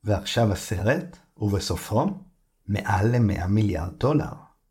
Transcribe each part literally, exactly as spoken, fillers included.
ועכשיו הסרט, ובסופו, מעל למאה מיליארד דולר.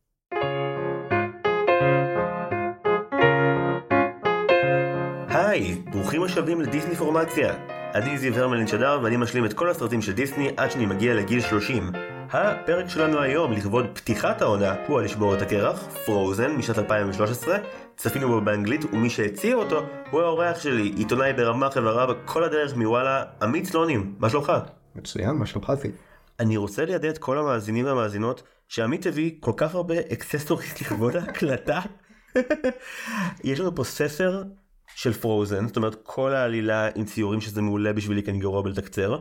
היי, ברוכים השבים לדיסני פורמציה. אני זיו הרמלין שדר ואני משלים את כל הסרטים של דיסני עד שאני מגיע לגיל שלושים. הפרק שלנו היום לכבוד פתיחת העונה הוא על לשבור את הקרח, פרוזן משנת אלפיים ושלוש עשרה. צפינו בו באנגלית ומי שהציע אותו הוא האורח שלי, עיתונאי ברמה חברה בכל הדרך מוואלה, עמית סלונים. מה שלומך? מצוין, מה שלומך זיו? אני רוצה לידע את כל המאזינים והמאזינות שעמית הביא כל כך הרבה אקססוריז לכבוד ההקלטה. יש לנו פה ספר של פרוזן, זאת אומרת כל העלילה עם ציורים שזה מעולה בשבילי כי אני גרוע בלתקצר,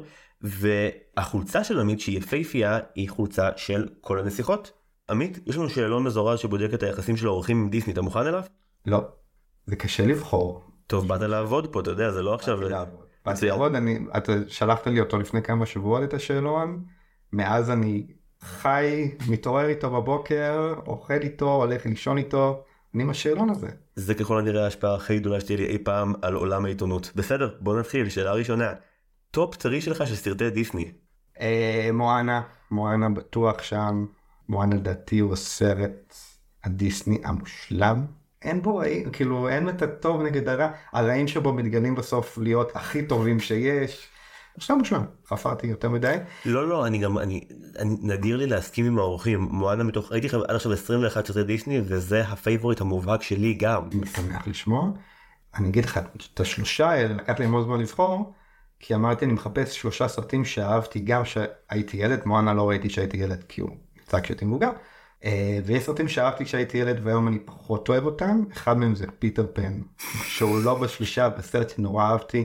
והחולצה של עמית שהיא יפהפייה היא חולצה של כל הנסיכות. עמית, יש לנו שאלון מזורז שבודק את היחסים של האורחים עם דיסני, אתה מוכן אליו? לא, זה קשה לבחור. טוב, באת לעבוד פה, אתה יודע, זה לא עכשיו... באתי לעבוד, אתה שלחת לי אותו לפני כמה שבועות את השאלון, מאז אני חי, מתעורר איתו בבוקר, אוכל איתו, הולך לישון איתו, אני עם השאלון הזה. זה ככל הנראה ההשפעה הכי גדולה שתהיה לי אי פעם על עולם העיתונות. בסדר, בוא נתחיל, שאלה ראשונה. טופ טרי שלך של סרטי דיסני? אה, מואנה, מואנה בטוח שם, מואנה לדעתי הוא הסרט הדיסני המושלם. אין בו, כאילו אין את הטוב נגד הרע, הרעים שבו מתגלים בסוף להיות הכי טובים שיש. עכשיו מושלם, חפרתי יותר מדי. לא, לא, אני גם, אני, אני נדיר לי להסכים עם האורחים. מואנה מתוך, הייתי עד עכשיו עשרים ואחת סרטי דיסני, וזה הפייבוריט המובהק שלי גם. אני שמח לשמוע. אני אגיד לך, את השלושה האלה לקחת לי מאוד זמן לבחור, כי אמרתי אני מחפש שלושה סרטים שאהבתי גם שהייתי ילד, מואנה לא ראיתי שהייתי ילד כי הוא יצא כשהייתי מבוגר, ויש סרטים שאהבתי כשהייתי ילד והיום אני פחות אוהב אותם, אחד מהם זה פיטר פן, שהוא לא בשלישה, בסרט שנורא אהבתי,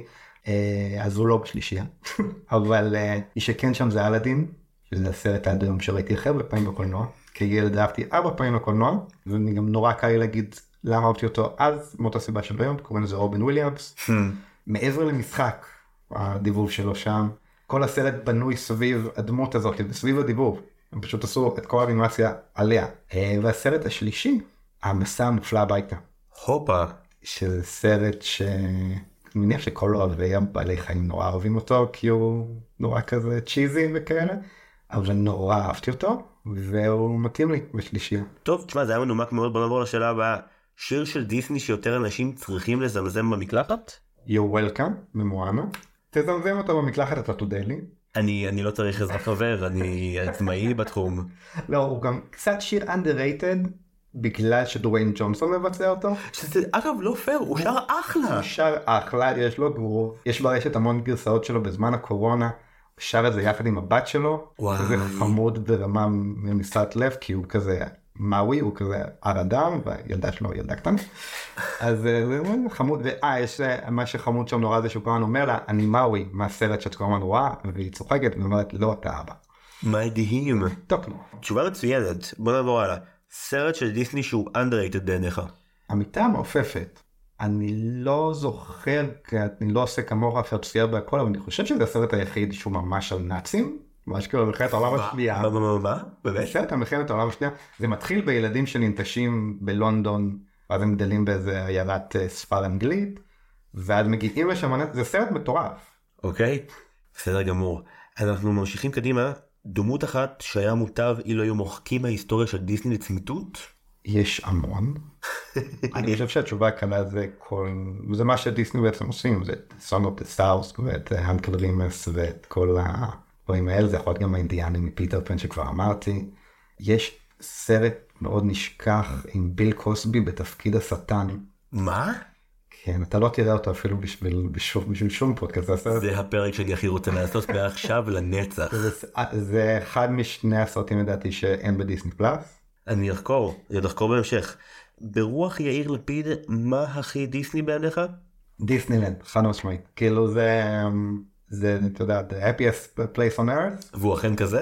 אז הוא לא בשלישייה, אבל מי שכן שם זה אלאדין, שזה הסרט עד היום שראיתי אחר בפעמים בקולנוע, כי ילד אהבתי ארבע פעמים בקולנוע, ואני גם נורא קל להגיד למה אהבתי אותו אז, מאותה סיבה של היום, קוראים לזה רובין וויליאמס, מעבר למשחק, הדיבוב שלו שם, כל הסרט בנוי סביב הדמות הזאת, סביב הדיבוב, הם פשוט עשו את כל האנימציה עליה, והסרט השלישי, המסע המופלא הביתה. הופה. שזה סרט ש... אני מניח שכל אוהבי בעלי חיים נורא אוהבים אותו, כי הוא נורא כזה צ'יזי וכאלה, אבל נורא אהבתי אותו, והוא מתאים לי בשלישי. טוב, תשמע, זה היה מנומק מאוד, בוא נעבור לשאלה הבאה. שיר של דיסני שיותר אנשים צריכים לזמזם במקלחת? You're welcome, ממואנה. תזמזם אותו במקלחת, אתה תודה לי. אני, אני לא צריך עזרה חבר, אני עצמאי בתחום. לא, הוא גם קצת שיר underrated, בגלל שדוויין ג'ונסון מבצע אותו. שזה אגב לא פייר, הוא שר אחלה. הוא שר אחלה, יש לו גרוב, יש ברשת המון גרסאות שלו בזמן הקורונה, הוא שר את זה יחד עם הבת שלו, זה חמוד ברמה ממשרת לב, כי הוא כזה מאוי, הוא כזה הר אדם, והילדה שלו ילדה קטנה, אז זה חמוד, ואה, יש מה שחמוד שם נורא זה שהוא כמובן אומר לה, אני מאוי, מהסרט שאת כמובן רואה, והיא צוחקת, ואומרת, לא, אתה אבא. מדהים. טוב. תשובה מצוינת, בוא נעבור הלאה. סרט של דיסני שהוא underrated בעיניך. המיטה המעופפת. אני לא זוכר, כי אני לא עושה כמוך אפשר צייר בהכל, אבל אני חושב שזה הסרט היחיד שהוא ממש על נאצים, ממש כאילו מלחמת העולם השנייה. מה, מה, מה? באמת? סרט על מלחמת העולם השנייה, זה מתחיל בילדים שננטשים בלונדון, ואז הם גדלים באיזה עיירת ספר אנגלית, ואז מגיעים לשם, זה סרט מטורף. אוקיי, בסדר גמור. אנחנו ממשיכים קדימה. דמות אחת שהיה מוטב אילו היו מוחקים ההיסטוריה של דיסני לצמיתות? יש המון. אני חושב שהתשובה הקלה זה כל... זה מה שדיסני בעצם עושים, זה Song of the South ואת הנקל רימס ואת כל הדברים האלה, זה יכול להיות גם האינדיאנים מפיטר פן שכבר אמרתי. יש סרט מאוד נשכח עם ביל קוסבי בתפקיד השטן. מה? כן, אתה לא תראה אותו אפילו בשביל, בשביל, בשביל שום פודקאסט. זה הפרק שאני הכי רוצה לעשות מעכשיו לנצח. זה, זה אחד משני הסרטים לדעתי שאין בדיסני פלאס. אני אחקור, אני אחקור בהמשך. ברוח יאיר לפיד, מה הכי דיסני בעיניך? דיסנילנד, חד משמעית. כאילו זה, זה, אתה יודע, the happiest place on earth. והוא אכן כזה?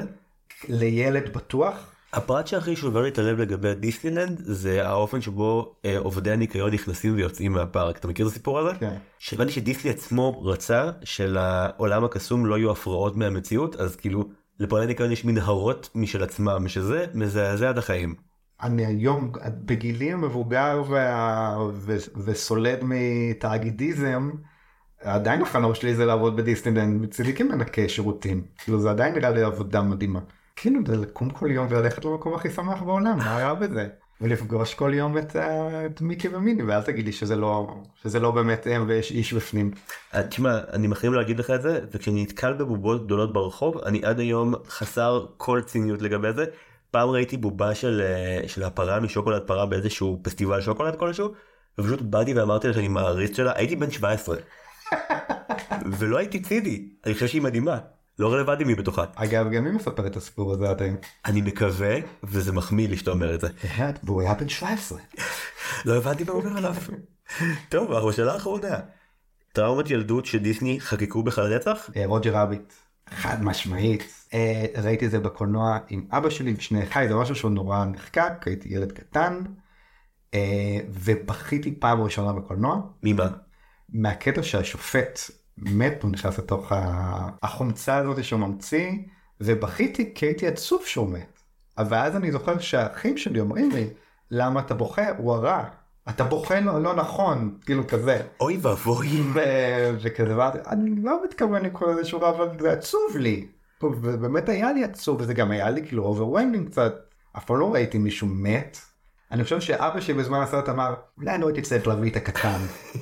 לילד בטוח. הפרט שהכי שובר לי את הלב לגבי דיסנילנד זה האופן שבו אה, עובדי הניקיון נכנסים ויוצאים מהפארק. אתה מכיר את הסיפור הזה? כן. שהבנתי שדיסני עצמו רצה שלעולם הקסום לא יהיו הפרעות מהמציאות, אז כאילו לפועלי הניקיון יש מנהרות משל עצמם, שזה מזעזע עד החיים. אני היום בגילי המבוגר וה... ו... וסולד מתאגידיזם, עדיין החלום שלי זה לעבוד בדיסנילנד מצידי כמנקה שירותים, כאילו זה עדיין נראה לי עבודה מדהימה. כאילו זה לקום כל יום וללכת למקום הכי שמח בעולם, מה רע בזה? ולפגוש כל יום את, את מיקי ומיני, ואל תגיד לי שזה לא, שזה לא באמת הם ויש איש בפנים. תשמע, אני מחרים להגיד לך את זה, וכשאני נתקל בבובות גדולות ברחוב, אני עד היום חסר כל ציניות לגבי זה. פעם ראיתי בובה של, של הפרה משוקולד פרה באיזשהו פסטיבל שוקולד כלשהו, ופשוט באתי ואמרתי לה שאני מעריץ שלה, הייתי בן שבע עשרה. ולא הייתי צידי, אני חושב שהיא מדהימה. לא רלוונטי מי בתוכה. אגב, גם מי מספר את הסיפור הזה עדיין? אני מקווה, וזה מחמיא לי שאתה אומר את זה. והוא היה בן שבע עשרה. לא הבנתי מה אומר עליו. טוב, אנחנו בשאלה האחרונה. טראומת ילדות שדיסני חקקו בך לנצח? רוג'ר רביט. חד משמעית. ראיתי את זה בקולנוע עם אבא שלי ושני אחיי, זה משהו שהוא נורא נחקק, הייתי ילד קטן, ובכיתי פעם ראשונה בקולנוע. ממה? מהקטע שהשופט מת, הוא נכנס לתוך החומצה הזאת שהוא ממציא, ובכיתי כי הייתי עצוב שהוא מת. אבל אז אני זוכר שהאחים שלי אומרים לי, למה אתה בוכה? הוא הרע. אתה בוכה לו לא נכון, כאילו כזה. אוי ואבוי. וכזה, אני לא מתכוון לקרוא איזשהו רע, אבל זה עצוב לי. ובאמת היה לי עצוב, וזה גם היה לי כאילו אוברוולמינג קצת. אף פעם לא ראיתי מישהו מת. אני חושב שאבא שלי בזמן הסרט אמר, אולי אני לא הייתי צריך להביא את הקטן.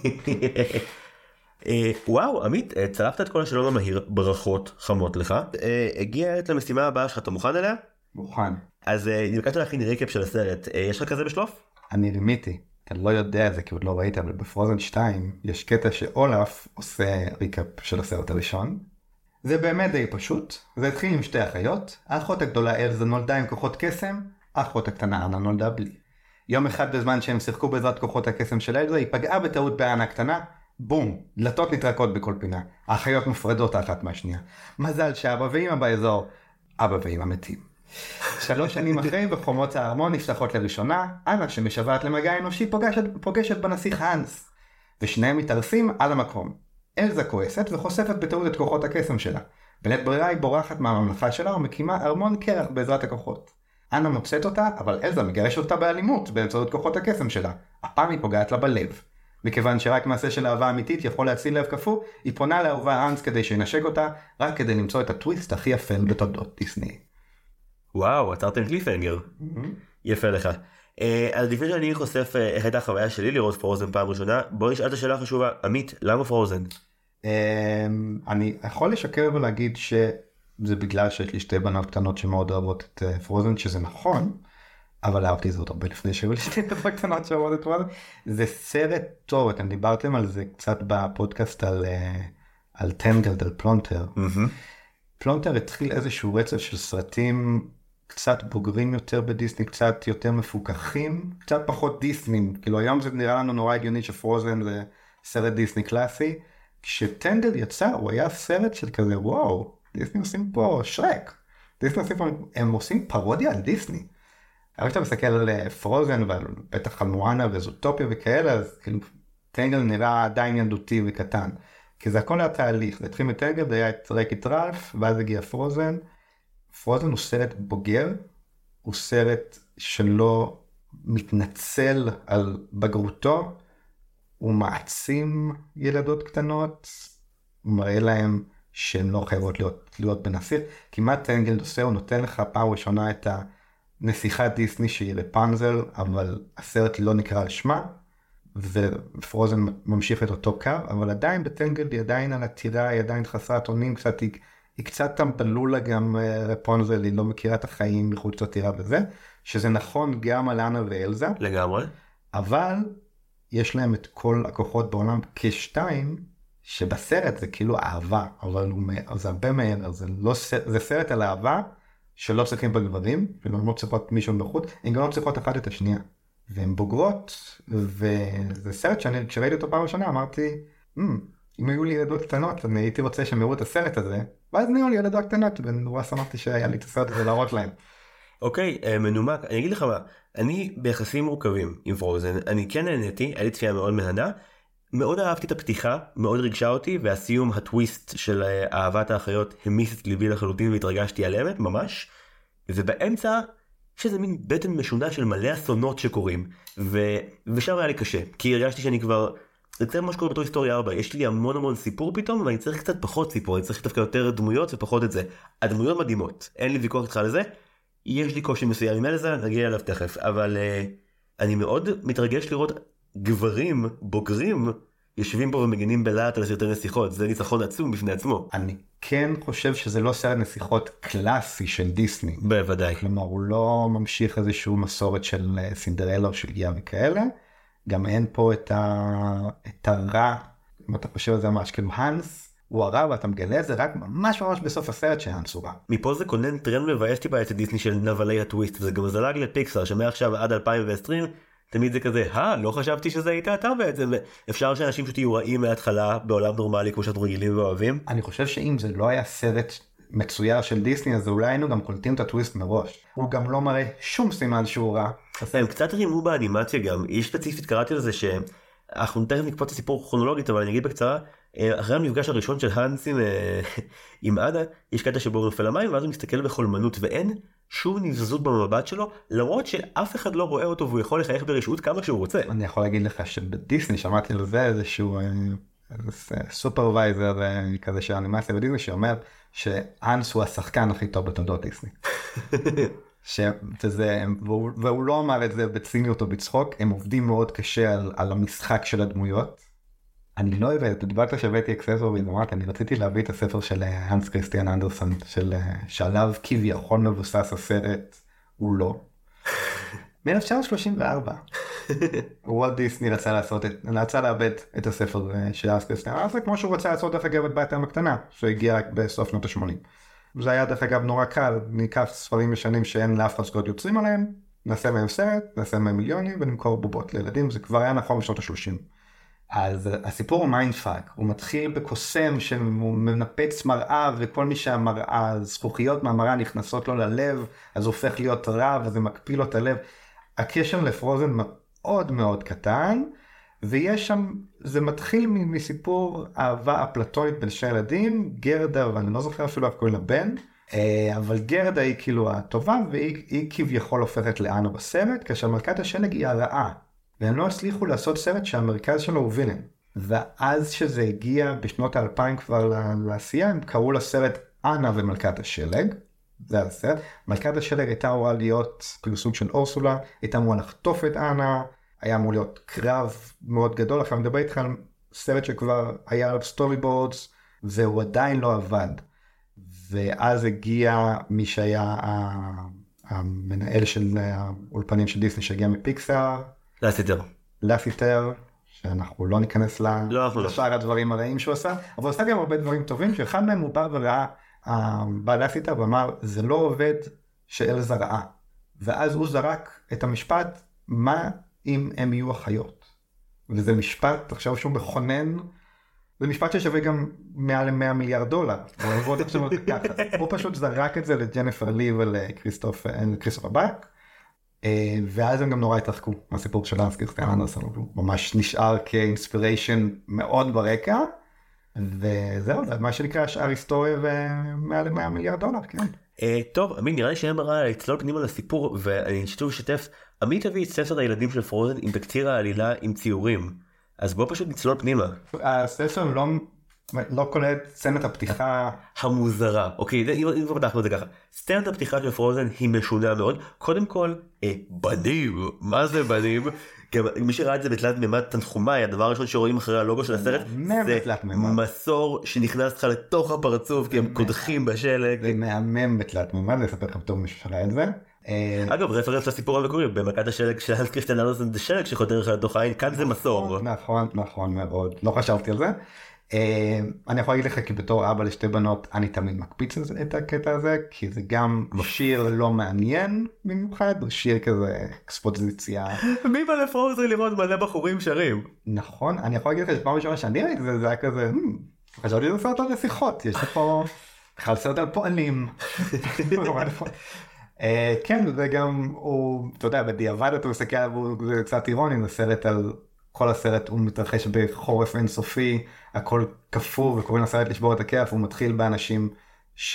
וואו, עמית, צרפת את כל השאלון המהיר, ברכות חמות לך. הגיע העת למשימה הבאה שלך, אתה מוכן אליה? מוכן. אז נבקשת להכין ריקאפ של הסרט, יש לך כזה בשלוף? אני רימיתי, אתה לא יודע את זה כי עוד לא ראית, אבל בפרוזן שתיים יש קטע שאולף עושה ריקאפ של הסרט הראשון. זה באמת די פשוט, זה התחיל עם שתי אחיות, האחות הגדולה אלזה נולדה עם כוחות קסם, האחות הקטנה אנה נולדה בלי. יום אחד בזמן שהם שיחקו בעזרת כוחות הקסם של אלזה, היא פגעה בטעות באנה הקטנה, בום, דלתות נטרקות בכל פינה, האחיות מופרדות האחת מהשנייה. מזל שאבא ואמא באזור, אבא ואמא מתים. שלוש שנים אחרי בחומות הארמון נפתחות לראשונה, אנה שמשוועת למגע אנושי פוגשת, פוגשת בנסיך האנס, ושניהם מתארסים על המקום. אלזה כועסת וחושפת בטעות את כוחות הקסם שלה. בלית ברירה היא בורחת מהממלכה שלה ומקימה ארמון קרח בעזרת הכוחות. אנה מוצאת אותה, אבל אלזה מגרשת אותה באלימות באמצעות כוחות הקסם שלה. הפעם היא פוגעת לה בלב. מכיוון שרק מעשה של אהבה אמיתית יכול להציל לב קפוא, היא פונה לאהובה האנס כדי שינשק אותה, רק כדי למצוא את הטוויסט הכי אפל בתולדות דיסני. וואו, עצרתם קליפהנגר. יפה לך. אז לפני שאני חושף איך הייתה החוויה שלי לראות פרוזן פעם ראשונה, בוא נשאל את השאלה החשובה. עמית, למה פרוזן? אני יכול לשקר ולהגיד שזה בגלל שיש לי שתי בנות קטנות שמאוד אוהבות את פרוזן, שזה נכון, אבל אהבתי זאת הרבה לפני שהיו לי שתי בנות קטנות שאוהבות את פרוזן. זה סרט טוב, אתם דיברתם על זה קצת בפודקאסט על, על טנגלד, על פלונטר. פלונטר התחיל איזשהו רצף של סרטים קצת בוגרים יותר בדיסני, קצת יותר מפוקחים, קצת פחות דיסני. כאילו היום זה נראה לנו נורא הגיוני שפרוזן זה סרט דיסני קלאסי. כשטנגלד יצא הוא היה סרט של כזה וואו, דיסני עושים פה שרק. דיסני עושים פה, הם עושים פרודיה על דיסני. אבל כשאתה מסתכל על פרוזן ועל בטח על מואנה וזוטופיה וכאלה, אז כאילו טנגלד נראה עדיין ילדותי וקטן. כי זה הכל היה תהליך, זה התחיל מטנגלד, היה את ריק-איט ראלף, ואז הגיע פרוזן. פרוזן הוא סרט בוגר, הוא סרט שלא מתנצל על בגרותו, הוא מעצים ילדות קטנות, הוא מראה להם שהן לא חייבות להיות, להיות בנסיך. כמעט טנגלד עושה, הוא נותן לך פעם ראשונה את הנסיכת דיסני שהיא רפנזל, אבל הסרט לא נקרא על שמה. ופרוזן ממשיך את אותו קו, אבל עדיין בטנגלד היא עדיין על הטירה, היא עדיין חסרת אונים, קצת, היא, היא קצת טמפלולה גם רפונזל, היא לא מכירה את החיים מחוץ לטירה וזה, שזה נכון גם על אנה ואלזה. לגמרי. אבל יש להם את כל הכוחות בעולם כשתיים, שבסרט זה כאילו אהבה, אבל הוא, זה הרבה מעבר, זה, לא, זה סרט על אהבה שלא צריכים בגברים, ולא לא צריכות מישהו בחוץ, הן גם לא צריכות אחת את השנייה. והן בוגרות, וזה סרט שאני, כשראיתי אותו פעם ראשונה, אמרתי, אם היו לי ילדות קטנות, אני הייתי רוצה שהם יראו את הסרט הזה, ואז נהיו לי ילדות קטנות, ונורא שמחתי שהיה לי את הסרט הזה להראות להם. אוקיי, מנומק, אני אגיד לך מה, אני ביחסים מורכבים עם פרוזן, אני כן נהניתי, היה לי צפייה מאוד מהנה, מאוד אהבתי את הפתיחה, מאוד ריגשה אותי, והסיום, הטוויסט של אהבת האחיות, המיס את ליבי לחלוטין, והתרגשתי על האמת, ממש, ובאמצע, שזה מין בטן משונה של מלא אסונות שקורים, ו... ושם היה לי קשה, כי הרגשתי שאני כבר זה קצת מה שקורה בתור היסטוריה ארבע, יש לי המון המון סיפור פתאום, ואני צריך קצת פחות סיפור, אני צריך דווקא יותר דמויות ופחות את זה. הדמויות מדהימות, אין לי ויכוח איתך על זה, יש לי קושי מסוים עם אלזה, נגיע אליו תכף, אבל uh, אני מאוד מתרגש לראות גברים בוגרים יושבים פה ומגנים בלהט על סרטי נסיכות, זה ניצחון עצום בפני עצמו. אני כן חושב שזה לא סרט נסיכות קלאסי של דיסני. בוודאי. כלומר, הוא לא ממשיך איזשהו מסורת של סינדרלה או של גיאה וכאלה. גם אין פה את, ה... את הרע, אם אתה חושב על זה ממש, כאילו הנס הוא הרע ואתה מגלה את זה רק ממש ממש בסוף הסרט שהנס הוא רע. מפה זה כונן טרנד מבאס טיפה את דיסני של נבלי הטוויסט, וזה גם זלג לפיקסר שמעכשיו עד אלפיים ועשרים, תמיד זה כזה, אה, לא חשבתי שזה היית אתה בעצם, אפשר שאנשים פשוט יהיו רעים מההתחלה בעולם נורמלי כמו שאנחנו רגילים ואוהבים. אני חושב שאם זה לא היה סרט מצויר של דיסני, אז אולי היינו גם קולטים את הטוויסט מראש. הוא גם לא מראה שום סימן שהוא רע. הם קצת רימו באנימציה גם, היא ספציפית קראתי לזה שאנחנו תכף נקפוץ לסיפור כרונולוגית, אבל אני אגיד בקצרה, אחרי המפגש הראשון של האנס עם, עם אדה, יש קטע שבו הוא נופל למים, ואז הוא מסתכל בחולמנות, ואין שום נבזות במבט שלו, למרות שאף אחד לא רואה אותו, והוא יכול לחייך ברשעות כמה שהוא רוצה. אני יכול להגיד לך שבדיסני שמעתי על זה איזשהו סופרוויזר כזה של אנימציה בדיסני, שאומר שהאנס הוא השחקן הכי טוב בתולדות דיסני. שזה, והוא, והוא לא אמר את זה בציניות או בצחוק, הם עובדים מאוד קשה על, על המשחק של הדמויות. אני לא אוהב, אתה דיברת שהבאתי אקססור ואמרת, אני רציתי להביא את הספר של הנס קריסטיאן אנדרסון, של, שעליו כביכול מבוסס הסרט, הוא לא. מ-אלף תשע מאות שלושים וארבע. וולט דיסני רצה לעשות, רצה לאבד את הספר של הנס קריסטיאן אנדרסון, כמו שהוא רצה לעשות דרך אגב את באתם הקטנה, שהגיע בסוף שנות ה-שמונים. זה היה דרך אגב נורא קל, ניקח ספרים ישנים שאין לאף אחד זכויות יוצרים עליהם, נעשה מהם סרט, נעשה מהם מיליונים ונמכור בובות לילדים, זה כבר היה נכון בשנות ה-שלושים. אז הסיפור הוא מיינדפאק, הוא מתחיל בקוסם שמנפץ מראה, וכל מי שהמראה, זכוכיות מהמראה נכנסות לו ללב, אז הוא הופך להיות רע וזה מקפיל לו את הלב. הקשר לפרוזן מאוד מאוד קטן, ויש שם, זה מתחיל מסיפור אהבה אפלטונית בין שני ילדים, גרדה, ואני לא זוכר אפילו אף קוראים לבן, אבל גרדה היא כאילו הטובה, והיא כביכול הופכת לאנה בסרט, כאשר מלכת השלג היא הרעה. והם לא הצליחו לעשות סרט שהמרכז שלו הוא וילן. ואז שזה הגיע בשנות האלפיים כבר לעשייה, הם קראו לסרט אנה ומלכת השלג. זה הסרט. מלכת השלג הייתה אמורה להיות פרסום של אורסולה, הייתה אמורה לחטוף את אנה, היה אמור להיות קרב מאוד גדול. עכשיו אני מדבר איתך על סרט שכבר היה על סטורי בורדס, והוא עדיין לא עבד. ואז הגיע מי שהיה המנהל של האולפנים של דיסני שהגיע מפיקסאר, לאסיטר. לאסיטר, שאנחנו לא ניכנס לשאר הדברים הרעים שהוא עשה, אבל הוא עשה גם הרבה דברים טובים, שאחד מהם הוא בא וראה, בא לאסיטר ואמר, זה לא עובד שאלזה רעה. ואז הוא זרק את המשפט, מה אם הם יהיו אחיות? וזה משפט, עכשיו שהוא מכונן, זה משפט ששווה גם מעל ל-מאה מיליארד דולר. הוא פשוט זרק את זה לג'ניפר לי ולכריסטוף באק, ואז הם גם נורא התרחקו מהסיפור של הנס קריסטיאן אנדרסון, הוא ממש נשאר כאינספיריישן מאוד ברקע, וזהו, זה מה שנקרא שאר היסטוריה ומעל ל-מאה מיליארד דולר, כן. טוב, עמית, נראה לי שהם ראה לצלול פנימה לסיפור, ואני שתוב לשתף, עמית הביא את ספר הילדים של פרוזן עם תקציר העלילה עם ציורים, אז בוא פשוט נצלול פנימה. הספר לא... לא כולל סצנת הפתיחה המוזרה. אוקיי, אם כבר פתחנו את זה ככה, סצנת הפתיחה של פרוזן היא משונה מאוד. קודם כל, אה, בנים, מה זה בנים? מי שראה את זה בתלת מימד תנחומי, הדבר הראשון שרואים אחרי הלוגו של הסרט, זה מסור שנכנס לך לתוך הפרצוף, כי הם קודחים בשלג. זה מהמם בתלת מימד, לספר לך פתאום מישהו שראה את זה. אגב, רפרנס לסיפור המקורי, במכת השלג של הנס קריסטיאן אנדרסון, זה שלג שחותר לך לתוך העין, כאן זה מסור. נכון, נכון מאוד, לא חשבתי על זה. אני יכול להגיד לך כי בתור אבא לשתי בנות אני תמיד מקפיץ את הקטע הזה, כי זה גם שיר לא מעניין במיוחד, שיר כזה אקספוזיציה. מי בא לפרוזן לראות מלא בחורים שרים? נכון, אני יכול להגיד לך שפעם ראשונה שאני ראיתי זה, זה היה כזה, חשבתי שזה סרט על נסיכות, יש פה בכלל סרט על פועלים. כן, זה גם, אתה יודע, בדיעבד אתה מסתכל, זה קצת אירוני, זה סרט על... כל הסרט הוא מתרחש בחורף אינסופי, הכל קפוא וקוראים לסרט לשבור את הכיף, הוא מתחיל באנשים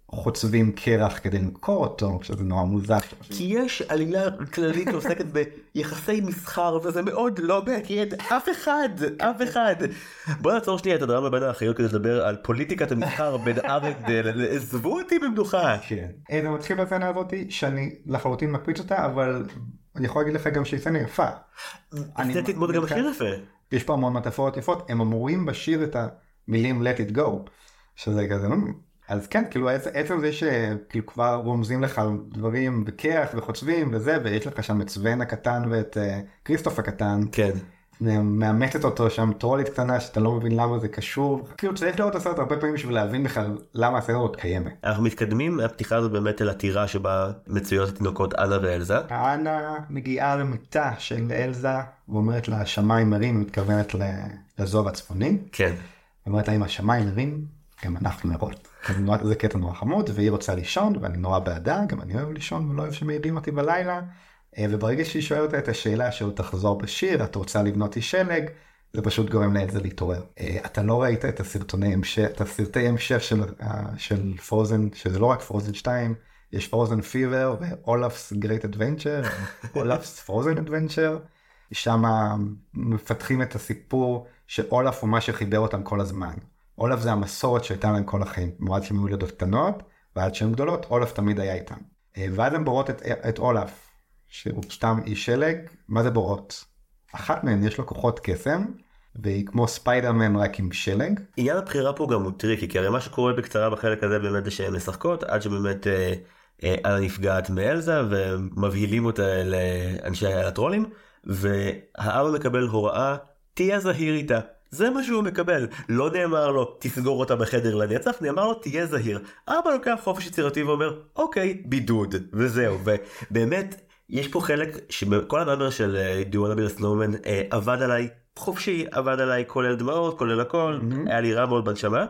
חוצבים קרח כדי למכור אותו, שזה נורא מוזר. כי יש עלילה כללית שעוסקת ביחסי מסחר, וזה מאוד לא מעניין אף אחד, אף אחד. בוא נעצור שנייה את הדרמה בין האחיות כדי לדבר על פוליטיקת המסחר בין ארדל, עזבו אותי במדוכה. כן. זה מתחיל בסצנה הזאת שאני לחלוטין מקפיץ אותה, אבל אני יכול להגיד לך גם שהיא סצנה יפה. סצנית מאוד גם הכי יפה. יש פה המון מטאפורות יפות, הם אמורים בשיר את המילים let it go, שזה כזה, אז כן, כאילו עצם זה שכאילו כבר רומזים לך דברים בכיח וחוצבים וזה, ויש לך שם את סוון הקטן ואת כריסטוף הקטן, כן. מאמצת אותו שם טרולית קטנה שאתה לא מבין למה זה קשור, כאילו צריך לראות את הסרט הרבה פעמים בשביל להבין בכלל למה הסרט עוד קיימת. אנחנו מתקדמים מהפתיחה הזאת באמת אל הטירה שבה מצויות התינוקות אנה ואלזה. אנה מגיעה למיטה של אלזה ואומרת לה השמיים מרים, היא מתכוונת לזוב הצפוני. כן. אומרת לה אם השמיים מרים, גם אנחנו נרות. זה קטע נורא חמוד והיא רוצה לישון ואני נורא בעדה, גם אני אוהב לישון ולא אוהב שמעירים אותי בלילה. וברגע שהיא שואלת את השאלה שהוא תחזור בשיר, את רוצה לבנות לי שלג, זה פשוט גורם לאלזה להתעורר. אתה לא ראית את הסרטוני המשך, את הסרטי המשך של, של פרוזן, שזה לא רק פרוזן שתיים, יש פרוזן פיבר ואולאפס גרייט אדוונצ'ר, אולאפס פרוזן אדוונצ'ר, שם מפתחים את הסיפור שאולאף הוא מה שחיבר אותם כל הזמן. אולאף זה המסורת שהייתה להם כל החיים, מועד שהם היו ילדות קטנות, ועד שהן גדולות, אולאף תמיד היה איתם. ואז הם בורות את, את אולאף. שהוא סתם איש שלג. מה זה בורות? אחת מהן יש לו כוחות קסם, והיא כמו ספיידרמן רק עם שלג. עניין הבחירה פה גם הוא טריקי, כי הרי מה שקורה בקצרה בחלק הזה באמת זה שהן משחקות, עד שבאמת אה, אה, אנה נפגעת מאלזה, ומבהילים אותה לאנשי הטרולים, והאבא מקבל הוראה, תהיה זהיר איתה. זה מה שהוא מקבל. לא נאמר לו, תסגור אותה בחדר לנצח, נאמר לו, תהיה זהיר. אבא לוקח חופש יצירתי ואומר, אוקיי, בידוד, וזהו. ובאמת, יש פה חלק שכל הנאמר של Do You Wanna Be a Snowman עבד עליי חופשי, עבד עליי כולל דמעות, כולל הכל, mm-hmm. היה לי רע מאוד בנשמה,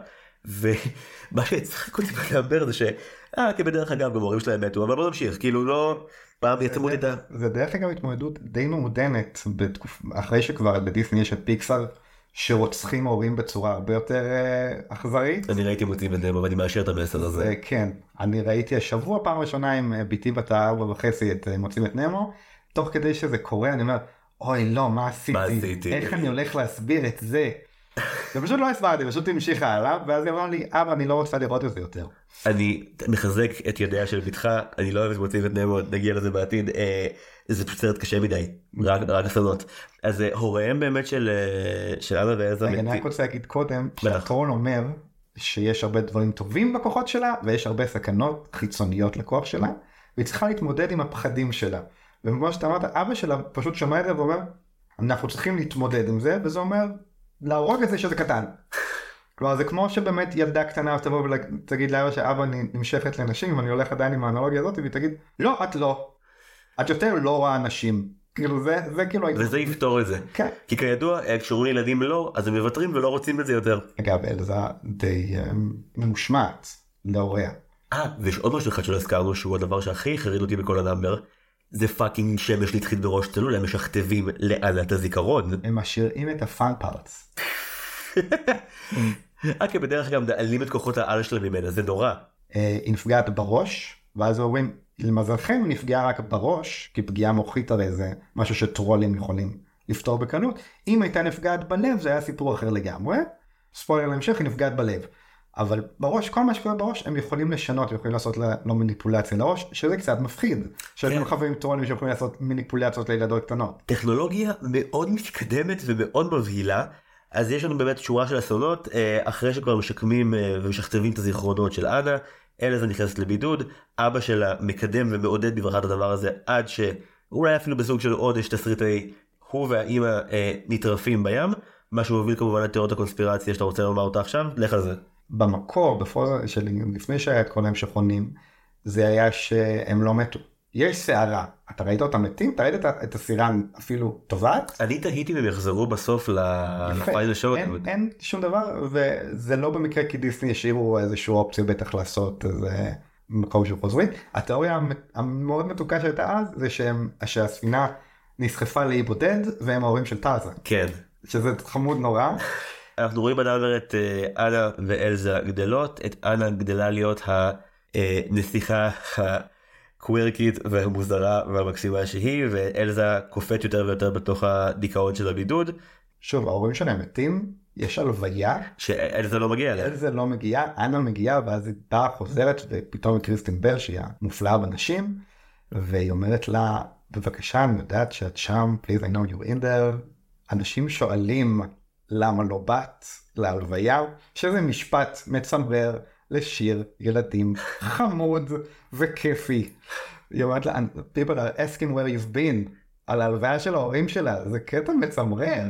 ומה שהצחק אותי בלאמר זה ש... אה, כבדרך אגב, גם הורים שלהם מתו, אבל בוא נמשיך, כאילו לא... פעם יצמוד את ה... זה דרך אגב התמודדות די מעודנת, אחרי שכבר בדיסני יש את פיקסאר, שרוצחים הורים בצורה הרבה יותר אכזרית. אני ראיתי מוצאים את זה, אבל אני מאשר את המסר הזה. כן, אני ראיתי השבוע פעם ראשונה עם ביתי בת הארבע וחצי את מוצאים את נמו, תוך כדי שזה קורה אני אומר, אוי לא, מה עשיתי? מה עשיתי? איך אני הולך להסביר את זה? זה פשוט לא הסברתי, פשוט המשיכה עליו, ואז היא אמרה לי, אבא, אני לא רוצה לראות את זה יותר. אני מחזק את ידיה של בתך, אני לא אוהב את מוצאים את נמו, נגיע לזה בעתיד, זה פשוט סרט קשה מדי, רק אסונות. אז הוריהם באמת של אנה ואלזה... אני רק רוצה להגיד קודם, שהטרול אומר שיש הרבה דברים טובים בכוחות שלה, ויש הרבה סכנות חיצוניות לכוח שלה, והיא צריכה להתמודד עם הפחדים שלה. וכמו שאתה אמרת, אבא שלה פשוט שמע את זה ואומר, אנחנו צריכים להתמודד עם זה, וזה אומר, להרוג את זה שזה קטן. כלומר, זה כמו שבאמת ילדה קטנה תבוא ותגיד לאבא שאבא נמשכת לנשים, ואני הולך עדיין עם האנלוגיה הזאת, והיא תגיד, לא, את לא. את יותר לא רואה אנשים. כאילו זה, זה כאילו... וזה יפתור את זה. כן. כי כידוע, כשאומרים לילדים לא, אז הם מוותרים ולא רוצים את זה יותר. אגב, אלזה די ממושמעת להוריה. אה, ויש עוד משהו אחד שלא הזכרנו, שהוא הדבר שהכי חריד אותי בכל הנאמבר, זה פאקינג שמש להתחיל בראש צלול, הם משכתבים לאנה את הזיכרון. הם משאירים את הפאן פארטס. רק בדרך גם דאלים את כוחות העל שלהם ממנה, זה נורא. היא נפגעת בראש, ואז אומרים, למזלכם נפגעה רק בראש, כי פגיעה מוחית הרי זה משהו שטרולים יכולים לפתור בקלות. אם הייתה נפגעת בלב, זה היה סיפור אחר לגמרי. ספוילר להמשך, היא נפגעת בלב. אבל בראש, כל מה שקורה בראש, הם יכולים לשנות, יכולים לעשות לא מניפולציה לראש, שזה קצת מפחיד. שיש לנו חברים טרולים שיכולים לעשות מניפולציות לילדות קטנות. טכנולוגיה מאוד מתקדמת ומאוד מבהילה. אז יש לנו באמת שורה של אסונות, אחרי שכבר משקמים ומשכתבים את הזיכרונות של אנה, אלזה נכנסת לבידוד, אבא שלה מקדם ומעודד בברכה את הדבר הזה, עד שאולי אפילו בסוג של עודש תסריטי, הוא והאימא נטרפים בים, מה שמוביל כמובן לתיאוריות הקונספירציה שאתה רוצה לומר אותה עכשיו, לך על זה. במקור, לפני שהיה את כל המשכונים, זה היה שהם לא מתו. יש שערה, אתה ראית אותם מתים? אתה ראית את הסירה אפילו טובעת? אני תהיתי והם יחזרו בסוף לפיינל שואו. אין שום דבר, וזה לא במקרה כי דיסני השאירו איזושהי אופציה בטח לעשות איזה מקום של חוזרים. התיאוריה המאוד מתוקה שהייתה אז, זה שהספינה נסחפה לאי בודד, והם ההורים של טאזה. כן. שזה חמוד נורא. אנחנו רואים בנאמר את אנה ואלזה גדלות, את אנה גדלה להיות ה... נסיכה הקווירקית והמוזרה והמקסימה שהיא, ואלזה קופאת יותר ויותר בתוך הדיכאון של הבידוד. שוב, ההורים שלהם מתים, יש הלוויה. שאלזה לא מגיעה אליה. אלזה לא מגיעה, אנה מגיעה, ואז היא באה חוזרת, ופתאום קריסטין בל, שהיא המופלאה בנשים, והיא אומרת לה, בבקשה, אני יודעת שאת שם, please I know you're in there. אנשים שואלים למה לא באת להלוויה, שזה משפט מצמרר לשיר ילדים חמוד וכיפי. היא אומרת לה, people are asking where you've been, על ההלוויה של ההורים שלה, זה קטע מצמרר.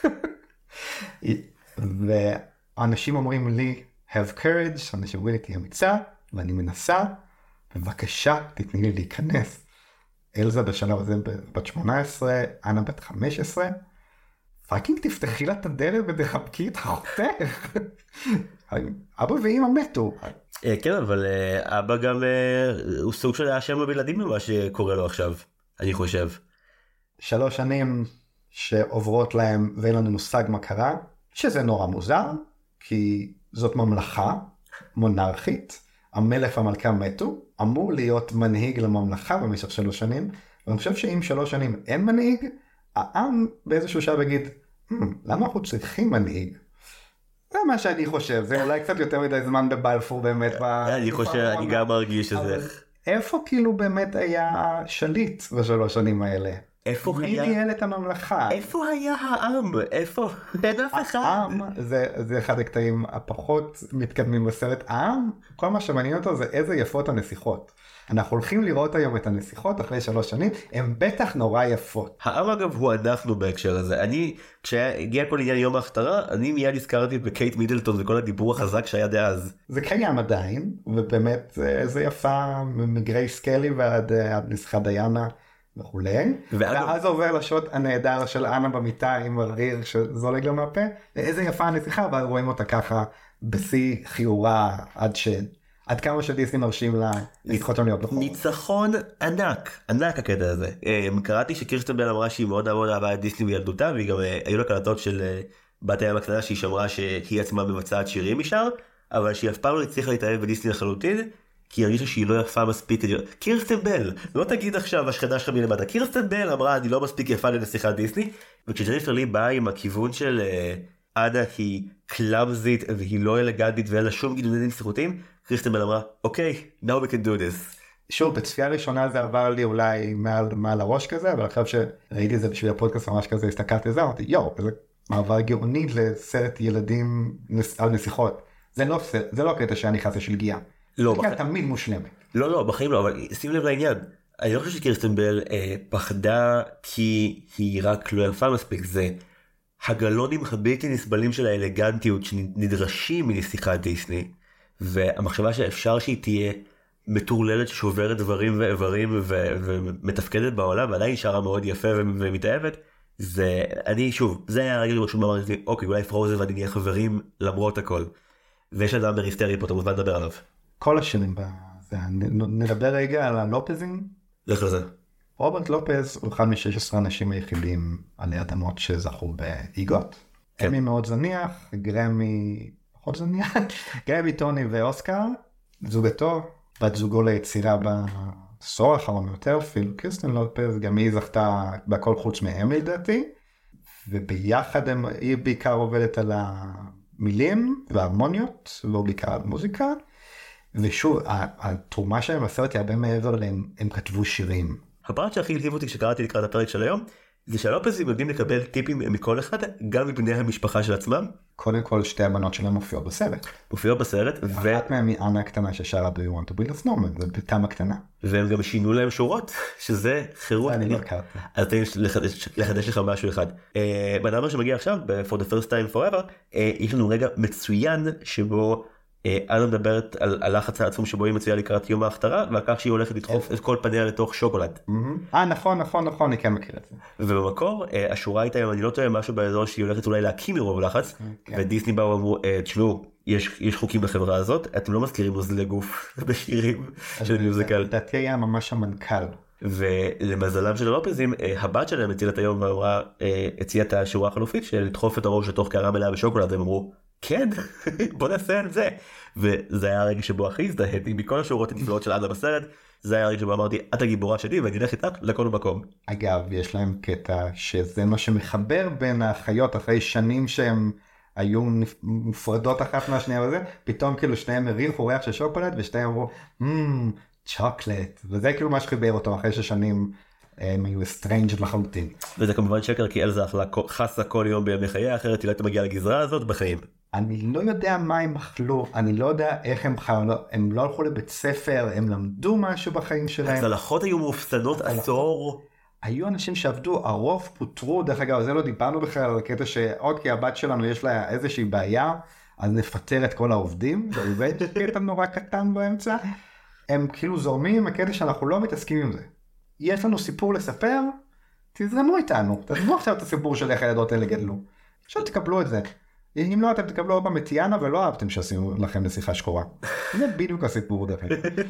ואנשים אומרים לי, have courage, אנשים אומרים לי, תהיה אמיצה, ואני מנסה, בבקשה, תתני לי להיכנס. אלזה בשלב הזה בת שמונה עשרה, אנה בת חמש עשרה, פאקינג תפתחי לה את הדלת ותחבקי את אחותך. אבא ואמא מתו. כן, אבל אבא גם הוא סוג של האשם בילדים ממה שקורה לו עכשיו, אני חושב. שלוש שנים שעוברות להם ואין לנו מושג מה קרה, שזה נורא מוזר, כי זאת ממלכה מונרכית, המלך והמלכה מתו, אמור להיות מנהיג לממלכה במשך שלוש שנים, ואני חושב שאם שלוש שנים אין מנהיג, העם באיזשהו שעה בגיד, למה אנחנו צריכים מנהיג? זה מה שאני חושב, זה אולי קצת יותר מדי זמן בבלפור באמת. אני חושב, אני גם מרגיש שזה. איפה כאילו באמת היה שליט בשלוש שנים האלה? איפה היה? מי ניהל את הממלכה? איפה היה העם? איפה? אין אף אחד. העם, זה אחד הקטעים הפחות מתקדמים בסרט. העם, כל מה שמעניין אותו זה איזה יפות הנסיכות. אנחנו הולכים לראות היום את הנסיכות אחרי שלוש שנים, הן בטח נורא יפות. העם אגב הוא אנחנו בהקשר הזה. אני, כשהגיע כל עניין יום ההכתרה, אני מיד הזכרתי בקייט מידלטון וכל הדיבור החזק שהיה דאז. זה קיים עדיין, ובאמת זה יפה מגרייס קלי ועד נסיכת דיאנה וכולי. ואז עובר לשוט הנהדר של אנה במיטה עם הריר שזולג לו מהפה, ואיזה יפה הנסיכה, ואז רואים אותה ככה בשיא חיורה עד ש... עד כמה שדיסני מרשים לה לזכות שם להיות בחור. ניצחון ענק, ענק הקטע הזה. קראתי שקירסטן בל אמרה שהיא מאוד מאוד אהבה את דיסני בילדותה, והיא גם היו לה קלטות של בת הים הקטנה שהיא שמרה שהיא עצמה מבצעת שירים משאר, אבל שהיא אף פעם לא הצליחה להתאהב בדיסני לחלוטין, כי היא הרגישה שהיא לא יפה מספיק. קירסטן בל, לא תגיד עכשיו השכנה שלך מלמטה, קירסטן בל אמרה אני לא מספיק יפה לנסיכת דיסני, וכשג'ניפר לי באה עם הכיוון של אנה היא קלאמזית והיא לא אלגנטית ואין לה שום גידולים נסיכותיים, קריסטן בל אמרה, אוקיי, now we can do this. שוב, בצפייה ראשונה זה עבר לי אולי מעל, מעל הראש כזה, אבל עכשיו שראיתי את זה בשביל הפודקאסט ממש כזה, הסתכלתי על זה, אמרתי, יו, זה מעבר גאוני לסרט ילדים על נסיכות. זה לא, זה לא הקטע שאני נכנס לשלגיה. לא, בח... תמיד מושלמת. לא, לא, בחיים לא, אבל שים לב לעניין. אני לא חושב שקריסטן בל אה, פחדה כי היא רק לא יפה מספיק, זה הגלונים הבלתי נסבלים של האלגנטיות שנדרשים מנסיכת דיסני, והמחשבה שאפשר שהיא תהיה מטורללת ששוברת דברים ואיברים ו- ומתפקדת בעולם, ועדיין נשארה מאוד יפה ומתאהבת, זה, אני שוב, זה היה הרגע ראשון אמרתי, אוקיי, אולי פרוזן ואני נהיה חברים למרות הכל. ויש אדם בריסטרי פה, אתה מוזמן לדבר עליו. כל השירים בזה, נדבר רגע על הלופזים. לך לזה. רוברט לופז הוא אחד מ-שש עשרה אנשים היחידים עלי אדמות שזכו באיגות. כן. אמי מאוד זניח, גרמי פחות זניח, גרמי, טוני ואוסקר, זוגתו, בת זוגו ליצירה בעשור האחרון יותר, פיל קריסטן לופז, גם היא זכתה בכל חוץ מהם לדעתי, וביחד הם, היא בעיקר עובדת על המילים וההרמוניות, והוא בעיקר על מוזיקה, ושוב, התרומה שלהם בסרט היא הרבה מעבר להם, הם כתבו שירים. הפרט שהכי הלהיב אותי כשקראתי לקראת הפרק של היום, זה שהלופזים יודעים לקבל טיפים מכל אחד, גם מבני המשפחה של עצמם. קודם כל שתי הבנות שלהם מופיעות בסרט. מופיעות בסרט. ו... אחת מהם היא אנה הקטנה ששרה Do you want to build a snowman, זה בתם הקטנה. והם גם שינו להם שורות, שזה חירות. אני לא הכרתי. אז תן לחדש לך משהו אחד. בנאמר שמגיע עכשיו, For the first time forever, יש לנו רגע מצוין שבו אנה מדברת על הלחץ העצום שבו היא מצויה לקראת יום ההכתרה, ועל כך שהיא הולכת לדחוף את כל פניה לתוך שוקולד. אה, נכון, נכון, נכון, אני כן מכיר את זה. ובמקור, השורה הייתה, אם אני לא טועה, משהו באזור שהיא הולכת אולי להקים מרוב לחץ, ודיסני באו ואמרו, תשמעו, יש חוקים בחברה הזאת, אתם לא מזכירים מוזלי גוף בשירים של מיוזיקל. לדעתי היה ממש המנכ"ל. ולמזלם של הלופזים, הבת שלהם הצילה את היום ואמרה, הציעה את השורה החלופית של לדחוף את הראש לתוך קערה מלאה בשוקולד, והם אמרו, כן, בוא נעשה על זה. וזה היה הרגע שבו הכי הזדהיתי מכל השורות הנפלאות של אנה בסרט, זה היה הרגע שבו אמרתי, את הגיבורה שלי ואני אלך איתך לכל מקום. אגב, יש להם קטע שזה מה שמחבר בין החיות אחרי שנים שהם היו מופרדות אחת מהשנייה וזה, פתאום כאילו שניהם הריחו ריח של שוקולד ושניהם אמרו, מmm, צ'וקלט, וזה כאילו מה שחיבר אותו אחרי ששנים הם היו סטרנג'ד לחלוטין. וזה כמובן שקר, כי אלזה חסה כל יום בימי חיי, אחרת היא לא הייתה מגיעה לגזרה הזאת בחיים. אני לא יודע מה הם אכלו, אני לא יודע איך הם חיו, הם לא הלכו לבית ספר, הם למדו משהו בחיים שלהם. הצלחות היו מאופסנות עשור. היו אנשים שעבדו, הרוב פוטרו, דרך אגב, זה לא דיברנו בכלל על הקטע שאוקיי, הבת שלנו יש לה איזושהי בעיה, אז נפטר את כל העובדים, זה קטע נורא קטן באמצע. הם כאילו זורמים עם הקטע שאנחנו לא מתעסקים עם זה. יש לנו סיפור לספר, תזרמו איתנו, תעזבו עכשיו את הסיפור של איך הילדות האלה גדלו. עכשיו תקבלו את זה. אם לא, אתם תקבלו עוד במתיאנה ולא אהבתם שעשינו לכם לשיחה שחורה. זה בדיוק הסיפור דרך.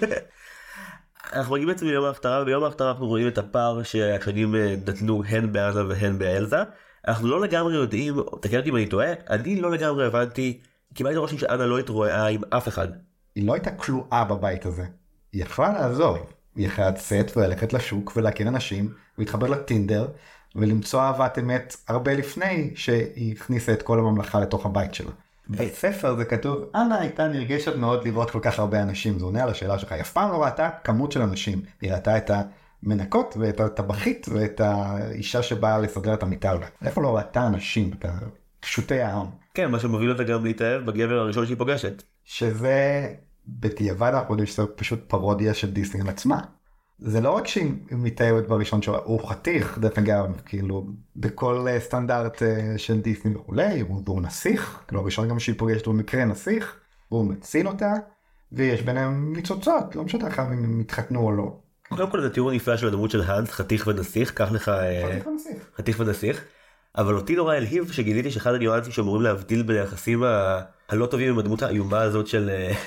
אנחנו מגיעים בעצם ביום ההפטרה, וביום ההפטרה אנחנו רואים את הפער שהשנים נתנו הן באנה והן באלזה. אנחנו לא לגמרי יודעים, תקן אותי אם אני טועה, אני לא לגמרי הבנתי, קיבלתי רושם שאנה לא התרועה עם אף אחד. היא לא הייתה כלואה בבית הזה. היא יכלה לעזור. היא יכלה לצאת וללכת לשוק ולהכיר אנשים, ולהתחבר לטינדר, ולמצוא אהבת אמת הרבה לפני שהיא הכניסה את כל הממלכה לתוך הבית שלה. בספר זה כתוב, אנה הייתה נרגשת מאוד לראות כל כך הרבה אנשים, זה עונה על השאלה שלך, היא אף פעם לא ראתה כמות של אנשים, היא ראתה את המנקות ואת הטבחית ואת האישה שבאה לסדר את המיטה. איפה לא ראתה אנשים, את פשוטי העם. כן, מה שמוביל אותה גם להתאהב בגבר הראשון שהיא פוגשת. שזה בדיעבד אנחנו יודעים שזה פשוט פרודיה של דיסני על עצמה. זה לא רק שהיא מתאהבת בראשון שלה, הוא חתיך, דרך אגב, כאילו, בכל סטנדרט של דיסני וכולי, הוא נסיך, כאילו הראשון גם שהיא פוגשת הוא מקרה נסיך, והוא מציל אותה, ויש ביניהם ניצוצות, לא משנה אחר אם הם התחתנו או לא. קודם כל זה תיאור נפלא של הדמות של האנס, חתיך ונסיך, קח לך... חתיך ונסיך. חתיך ונסיך, אבל אותי נורא אלהיב שגיליתי שאחד הניואנסים שאמורים להבדיל בין היחסים הלא טובים עם הדמות האיומה הזאת של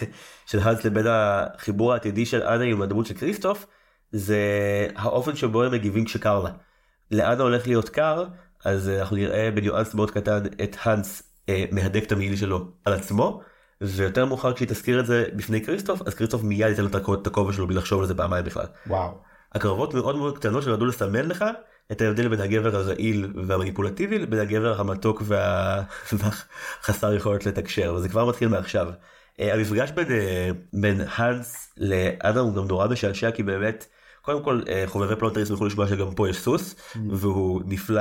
האנס לבין החיבור העתידי של אנה עם הדמות של כריסטוף, זה האופן שבו הם מגיבים כשקר לה. לאנה הולך להיות קר, אז אנחנו נראה בניואנס מאוד קטן את האנס אה, מהדק את המעיל שלו על עצמו, ויותר מאוחר כשהיא תזכיר את זה בפני כריסטוף, אז כריסטוף מיד ייתן לו את הכובע שלו בלי לחשוב על זה פעמיים בכלל. וואו. הקרבות מאוד מאוד קטנות שנועדו לסמן לך את ההבדל בין הגבר הרעיל והמניפולטיבי לבין הגבר המתוק וה... והחסר יכולת לתקשר, וזה כבר מתחיל מעכשיו. המפגש בין, בין האנס לאנה הוא גם נורא משעשע, כי באמת, קודם כל חובבי פלונטריס יכולו לשמוע שגם פה יש סוס, mm. והוא נפלא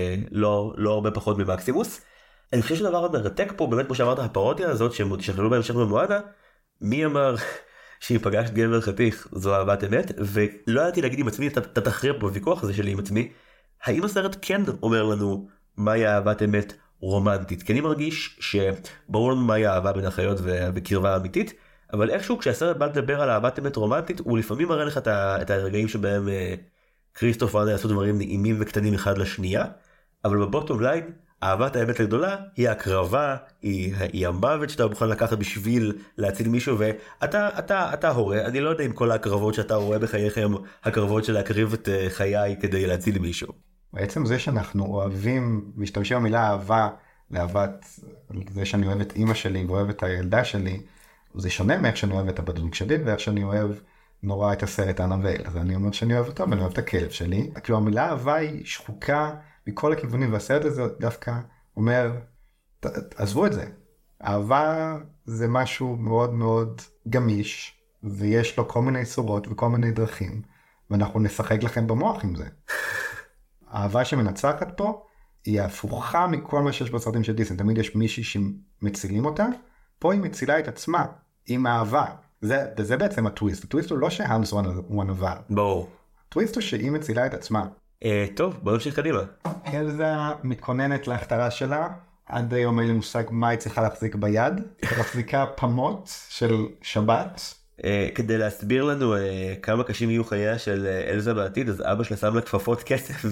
לא, לא הרבה פחות ממקסימוס. אני חושב שהדבר המרתק פה, באמת כמו שאמרת, הפרודיה הזאת שהם תשכללו בהמשך במואנה, מי אמר שהיא פגשת גבר חתיך, זו אהבת אמת, ולא ידעתי להגיד עם עצמי, אתה תכריע פה בוויכוח הזה שלי עם עצמי, האם הסרט כן אומר לנו מהי אהבת אמת רומנטית? כי אני מרגיש שברור לנו מהי האהבה בין החיות ובקרבה אמיתית, אבל איכשהו כשהסרט בא לדבר על אהבת אמת רומנטית, הוא לפעמים מראה לך את הרגעים שבהם כריסטוף ואנה יעשו דברים נעימים וקטנים אחד לשנייה, אבל בבוטום ליין, אהבת האמת הגדולה היא הקרבה, היא, היא המוות שאתה מוכן לקחת בשביל להציל מישהו, ואתה אתה, אתה הורה, אני לא יודע אם כל הקרבות שאתה רואה בחייכם, הקרבות של להקריב את חיי כדי להציל מישהו. בעצם זה שאנחנו אוהבים, משתמשים במילה אהבה, לאהבת, זה שאני אוהב את אמא שלי ואוהב את הילדה שלי, זה שונה מאיך שאני אוהב את הבת זוג שלי, ואיך שאני אוהב נורא את הסרט אנה ואלזה. אז אני אומר שאני אוהב אותו, ואני אוהב את הכלב שלי. כאילו המילה אהבה היא שחוקה מכל הכיוונים, והסרט הזה דווקא אומר, עזבו את זה. אהבה זה משהו מאוד מאוד גמיש, ויש לו כל מיני צורות וכל מיני דרכים, ואנחנו נשחק לכם במוח עם זה. האהבה שמנצחת פה, היא הפוכה מכל מה שיש בסרטים של דיסני. תמיד יש מישהי שמצילים אותה, פה היא מצילה את עצמה, עם אהבה. זה, וזה בעצם הטוויסט. הטוויסט הוא לא שהאנס הוא הנבל. ברור. הטוויסט הוא שהיא מצילה את עצמה. אה, טוב, בוא נמשיך קדימה. אלזה מתכוננת להכתרה שלה, עד היום אין לי מושג מה היא צריכה להחזיק ביד. היא מחזיקה פמות של שבת. אה, כדי להסביר לנו אה, כמה קשים יהיו חייה של אה, אלזה בעתיד, אז אבא שלה שם לה כפפות כסף,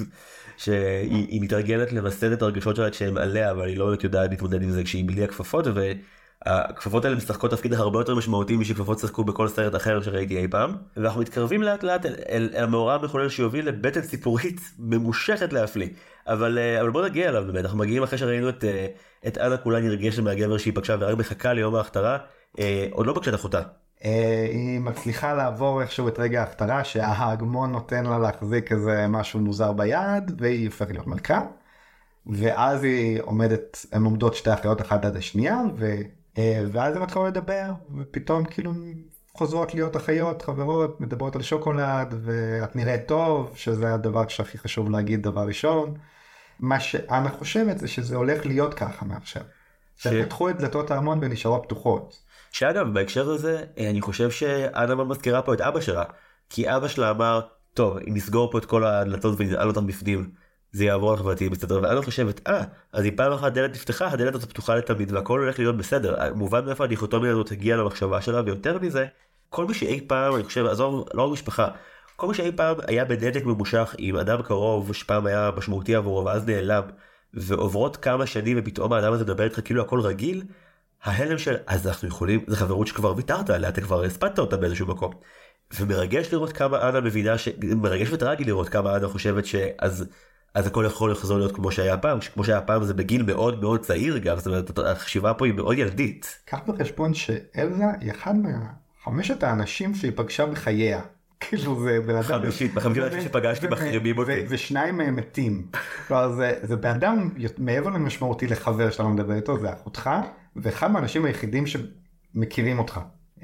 שהיא מתרגלת למסד את הרגשות שלה שהן עליה, אבל היא לא יודעת להתמודד עם זה כשהיא בלי הכפפות, הכפפות האלה משחקות תפקיד הרבה יותר משמעותי משכפפות שחקו בכל סרט אחר שראיתי אי פעם, ואנחנו מתקרבים לאט לאט אל, אל, אל המאורע המחולל שיוביל לבטן סיפורית ממושכת להפליא. אבל, אבל בוא נגיע אליו באמת, אנחנו מגיעים אחרי שראינו את, את אנה כולה נרגשת מהגבר שהיא פגשה ורק מחכה ליום ההכתרה, עוד לא פגשה את אחותה. היא מצליחה לעבור איכשהו את רגע ההכתרה שההגמון נותן לה להחזיק איזה משהו מוזר ביד והיא הופכת להיות מלכה, ואז היא עומדת, הן עומדות שתי אחיות אחת עד השנייה ו... ואז הם מתחילים לדבר ופתאום כאילו חוזרות להיות אחיות, חברות, מדברות על שוקולד ואת נראית טוב, שזה הדבר שהכי חשוב להגיד דבר ראשון. מה שאנה חושבת זה שזה הולך להיות ככה מעכשיו, ש... שפתחו את דלתות הארמון ונשארו פתוחות. שאגב בהקשר הזה אני חושב שאנה מזכירה פה את אבא שלה, כי אבא שלה אמר טוב אם נסגור פה את כל הדלתות וננעל אותם בפנים זה יעבור לך ותהיה בסדר, ואנה חושבת אה אז אם פעם אחת דלת נפתחה הדלת הזאת פתוחה לתמיד והכל הולך להיות בסדר. מובן מאיפה הדיכוטומיה הזאת הגיעה למחשבה שלה, ויותר מזה כל מי שאי פעם, אני חושב, עזוב, לא רק משפחה, כל מי שאי פעם היה בנתק ממושך עם אדם קרוב שפעם היה משמעותי עבורו ואז נעלם, ועוברות כמה שנים ופתאום האדם הזה מדבר איתך כאילו הכל רגיל, ההלם של אז אנחנו יכולים, זה חברות שכבר ויתרת עליה, אתה כבר הספדת אותה באיזשהו מקום. ומרגש לראות כמה אנה מבינה, ש... מרגש וטרגי לראות כמה אנה חושבת שאז אז הכל יכול לחזור להיות כמו שהיה פעם, כמו שהיה פעם זה בגיל מאוד מאוד צעיר גם, זאת אומרת החשיבה פה היא מאוד ילדית. קח בחשבון שאלזה היא אחד מהחמשת האנשים שהיא פגשה בחייה. כאילו זה בן אדם... חמישית, בחמישית האנשים שפגשתי מחרימים אותי. ושניים מהם מתים. כלומר זה בן אדם מעבר למשמעותי לחבר שאתה לא מדבר איתו, זה אחותך, ואחד מהאנשים היחידים שמכירים אותך.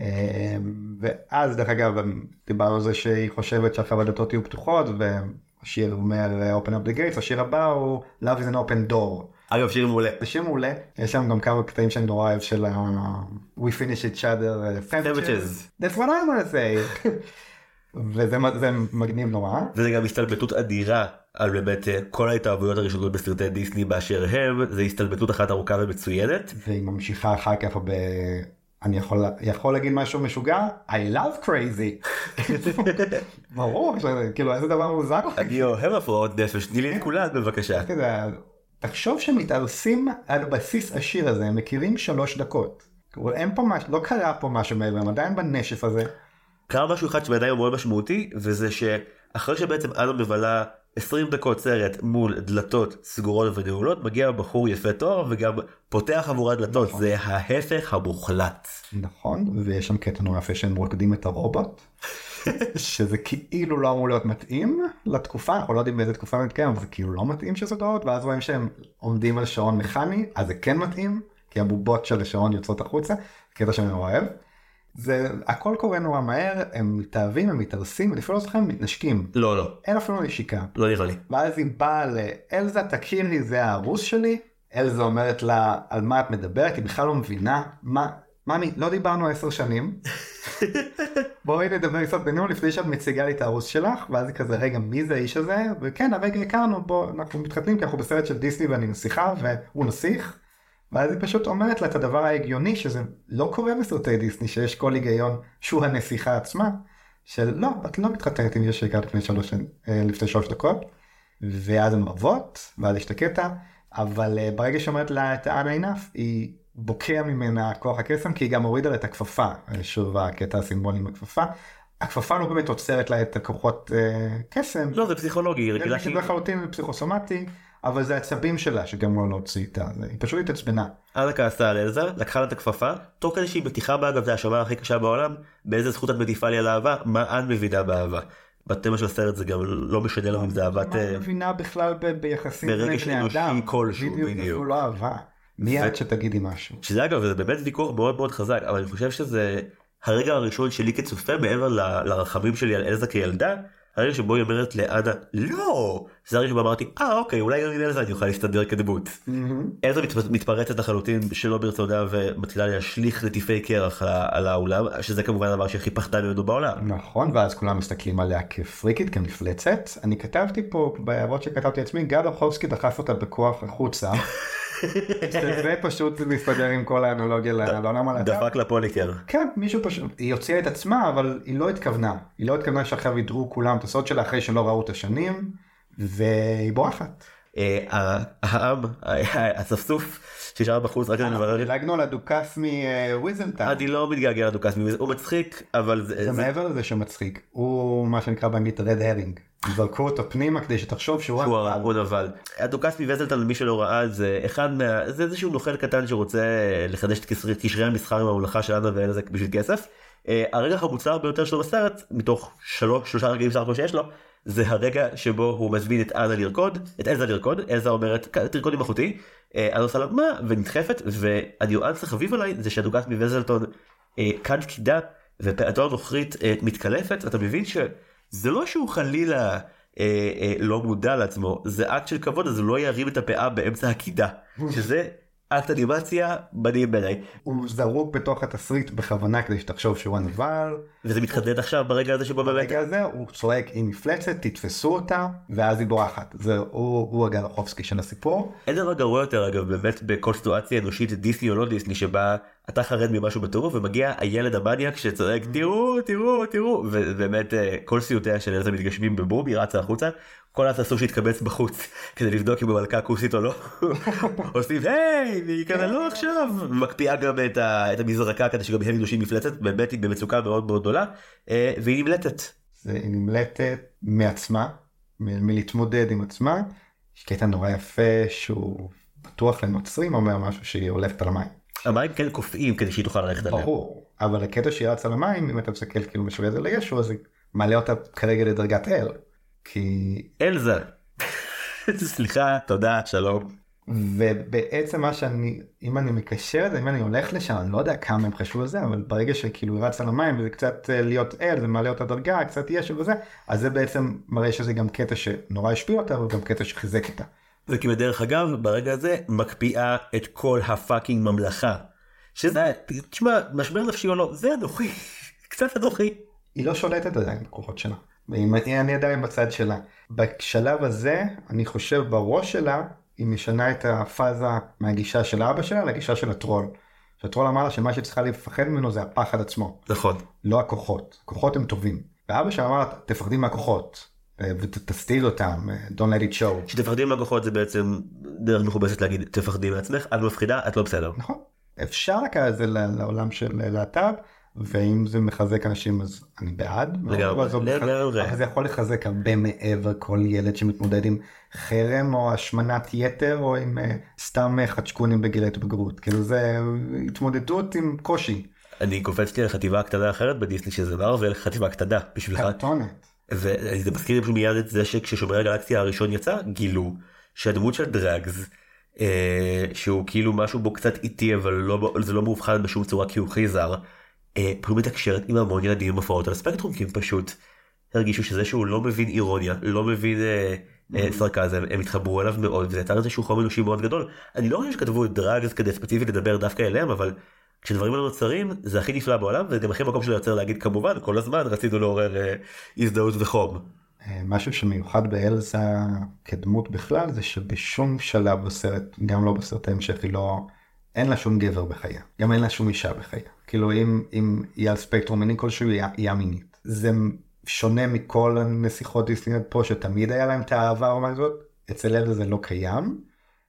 ואז דרך אגב דיברנו על זה שהיא חושבת שהחבר דלתות יהיו פתוחות, השיר אומר Open up the gates, השיר הבא הוא Love is an open door. אגב שיר מעולה. זה שיר מעולה, יש שם גם כמה קטעים שאני נורא אוהב של We finish each other sandwiches. That's what I want to say. וזה מגניב נורא. וזה גם הסתלבטות אדירה על באמת כל ההתאהבויות הראשונות בסרטי דיסני באשר הם, זה הסתלבטות אחת ארוכה ומצוינת. והיא ממשיכה אחר כך ב... אני יכול, יכול להגיד משהו משוגע, I love crazy. ברור, כאילו איזה דבר מוזר. אני אוהב הפרעות נפש, תני לי את כולן בבקשה. תחשוב שמתארסים על בסיס השיר הזה, הם מכירים שלוש דקות. אין פה משהו, לא קרה פה משהו מעבר, הם עדיין בנשף הזה. קרה משהו אחד שבעיניי הוא מאוד משמעותי, וזה שאחרי שבעצם אנה מבלה עשרים דקות סרט מול דלתות סגורות ונעולות, מגיע בחור יפה תואר וגם פותח עבור הדלתות, נכון. זה ההפך המוחלט. נכון, ויש שם קטע נורא יפה שהם רוקדים את הרובוט, שזה כאילו לא אמור להיות מתאים לתקופה, אנחנו לא יודעים באיזה תקופה מתקיים, אבל זה כאילו לא מתאים שזאת עוד, ואז רואים שהם עומדים על שעון מכני, אז זה כן מתאים, כי הבובות של השעון יוצאות החוצה, קטע שאני נורא אוהב. זה, הכל קורה נורא מהר, הם מתאהבים, הם מתארסים, אני אפילו לא זוכר, הם מתנשקים. לא, לא. אין אפילו נשיקה. לא נראה לי. ואז היא באה לאלזה, תכיר לי, זה הארוס שלי. אלזה אומרת לה, על מה את מדברת? היא בכלל לא מבינה. מה, ממי, לא דיברנו עשר שנים. בואי נדבר קצת בינינו לפני שאת מציגה לי את הארוס שלך, ואז היא כזה, רגע, מי זה האיש הזה? וכן, הרגע הכרנו, בוא, אנחנו מתחתנים, כי אנחנו בסרט של דיסני ואני נסיכה, והוא נסיך. ואז היא פשוט אומרת לה את הדבר ההגיוני, שזה לא קורה בסרטי דיסני, שיש כל היגיון שהוא הנסיכה עצמה, של לא, את לא מתחתנת עם יש שהגעת לפני שלוש, לפני שלוש דקות, ואז הן רבות, ואז יש את הקטע, אבל ברגע שאומרת לה את האנה עינף, היא בוקע ממנה כוח הקסם, כי היא גם הורידה לה את הכפפה, שוב הקטע הסימבולי עם הכפפה, הכפפה לא באמת עוצרת לה את הכוחות קסם. לא, זה פסיכולוגי, היא רגילה שהיא... זה לחלוטין פסיכוסומטי, אבל זה עצבים שלה שגם לא להוציא איתה, היא פשוט התעצבנה. אנה כעסה על אלזה, לקחה לה את הכפפה, תוך כדי שהיא מתיחה באגב, זה השומעה הכי קשה בעולם, באיזה זכות את מטיפה לי על אהבה, מה את מבינה באהבה? בתמה של הסרט זה גם לא משנה לו אם זה אהבת... מה את מבינה בכלל ביחסים בין בני אדם? כלשהו, בדיוק. לא אהבה. מיד שתגידי משהו. שזה אגב, זה באמת ויכוח מאוד מאוד חזק, אבל אני חושב שזה הרגע הראשון שלי כצופה, מעבר לרחמים שלי על אלזה כילדה, הרגע שבו היא אומרת לאנה, לא! זה הרגע שבו אמרתי, אה אוקיי, אולי גם עם אלזה אני אוכל להסתדר כדמות. אלזה מתפרצת לחלוטין שלא ברצונה ומתחילה להשליך רטיפי קרח על האולם, שזה כמובן הדבר שהכי פחדה ממנו בעולם. נכון, ואז כולם מסתכלים עליה כפריקית, כמפלצת. אני כתבתי פה, בהערות שכתבתי עצמי, גל אוחובסקי דחף אותה בכוח החוצה. זה פשוט מסתדר עם כל האנלוגיה לעולם על דפק לפוליקר. כן, מישהו פשוט, היא הוציאה את עצמה, אבל היא לא התכוונה. היא לא התכוונה שאחרי ידרו כולם את הסוד שלה אחרי שלא ראו את השנים, והיא בורחת. העם, הספסוף שישר בחוץ, רק אני מברר. דילגנו על הדוכס מוויזלטאון. אני לא מתגעגע על הדוכס מוויזלטאון, הוא מצחיק, אבל זה מעבר לזה שמצחיק, הוא מה שנקרא באנגלית רד הרינג. זרקו אותו פנימה כדי שתחשוב שהוא הוא נבל. הדוכס מוויזלטאון, למי שלא ראה, זה אחד מה... זה איזשהו נוכל קטן שרוצה לחדש את קשרי המסחר עם הממלכה שלנו ואין לזה בשביל כסף. הרגע המוצלח ביותר שלו בסרט, מתוך שלוש, שלושה רגעים סך הכל שיש לו, זה הרגע שבו הוא מזמין את אנה לרקוד, את אלזה לרקוד, אלזה אומרת, תרקוד עם אחותי, אנה עושה לה מה, ונדחפת, והניואנס החביב עליי זה שהדוכס מוויזלטון כאן פקידה, ופעתו הנוכרית מתקלפת, אתה מבין שזה לא שהוא חלילה לא מודע לעצמו, זה אקט של כבוד, אז הוא לא ירים את הפאה באמצע הקידה, שזה אקט אנימציה מדהים בעיניי. הוא זרוק בתוך התסריט בכוונה כדי שתחשוב שהוא הנבל. וזה מתחדד עכשיו ברגע הזה שבו באמת. ברגע הזה הוא צועק עם מפלצת, תתפסו אותה, ואז היא בורחת. זה הוא, הוא הגרחובסקי של הסיפור. אין דבר גרוע יותר אגב באמת בכל סיטואציה אנושית דיסני או לא דיסני שבה אתה חרד ממשהו בטירוף ומגיע הילד המניאק שצועק תראו תראו תראו ובאמת כל סיוטיה של אלזה מתגשמים בבום, היא רצה החוצה. כל הססור שהתקבץ בחוץ כדי לבדוק אם המלכה כוסית או לא. עושים היי להיכנע לא עכשיו. מקפיאה גם את המזרקה כדי שגם הם ידושים מפלצת, באמת היא במצוקה מאוד מאוד גדולה והיא נמלטת. היא נמלטת מעצמה, מלהתמודד עם עצמה. יש קטע נורא יפה שהוא בטוח לנוצרים אומר משהו שהיא הולכת על המים. המים כן קופאים כדי שהיא תוכל ללכת עליהם. ברור, אבל הקטע שהיא רצה על המים, אם אתה מסתכל כאילו משווה את זה לישו, אז מעלה אותה כרגע לדרגת אל. כי... אלזה. סליחה, תודה, שלום. ובעצם מה שאני, אם אני מקשר את זה, אם אני הולך לשם, אני לא יודע כמה הם חשבו על זה, אבל ברגע שכאילו רץ על המים, וזה קצת להיות אל, זה מעלה אותה דרגה, קצת ישו וזה, אז זה בעצם מראה שזה גם קטע שנורא השפיע אותה, אבל גם קטע שחיזק אותה. וכי בדרך אגב, ברגע הזה, מקפיאה את כל הפאקינג ממלכה. שזה, תשמע, משבר נפשי או לא, זה אנוכי, קצת אנוכי. היא לא שולטת עדיין בכוחות שלה. אני עדיין בצד שלה. בשלב הזה, אני חושב בראש שלה, היא משנה את הפאזה מהגישה של אבא שלה לגישה של הטרול. שהטרול אמר לה שמה שצריכה לפחד ממנו זה הפחד עצמו. נכון. לא הכוחות. הכוחות הם טובים. ואבא שלה אמר לה, תפחדים מהכוחות. ותסתיל אותם, don't let it show. שתפחדים מהכוחות זה בעצם דרך מכובסת להגיד, תפחדים מעצמך, את מפחידה, את לא בסדר. נכון. אפשר לקרוא את זה לעולם של להט"ב, ואם זה מחזק אנשים אז אני בעד. לגמרי. אבל זה יכול לחזק הרבה מעבר כל ילד שמתמודד עם חרם או השמנת יתר או עם סתם חדשקונים בגיל ההתבגרות. כאילו זה התמודדות עם קושי. אני קופצתי לחטיבה הקטנה אחרת בדיסני שזה מארוול, חטיבה קטנה בשבילך. קטונת. וזה מזכיר לי מיד את זה שכששומרי הגלקסיה הראשון יצא, גילו שהדמות של דרגס, שהוא כאילו משהו בו קצת איטי אבל לא, זה לא מאובחן בשום צורה כי הוא חיזר, פשוט מתקשרת עם המון ילדים עם הפרעות על הספקטרום, כי הם פשוט הרגישו שזה שהוא לא מבין אירוניה, לא מבין סרקזם, הם התחברו אליו מאוד, וזה יצר איזשהו חום אנושי מאוד גדול. אני לא חושב שכתבו את דרגס כדי ספציפית לדבר דווקא אליהם, אבל כשדברים האלה נוצרים, זה הכי נפלא בעולם, וגם הכי מקום שלו יוצר להגיד כמובן, כל הזמן רצינו לעורר הזדהות וחום. משהו שמיוחד באלזה כדמות בכלל, זה שבשום שלב בסרט, גם לא בסרט ההמשך, היא לא... אין לה שום גבר בחייה, גם אין לה שום אישה בחייה. כאילו אם, אם היא על ספקטרום מיני כלשהו, היא, היא המינית. זה שונה מכל הנסיכות דיסניות פה, שתמיד היה להם את האהבה או מה זאת, אצל אלה זה לא קיים,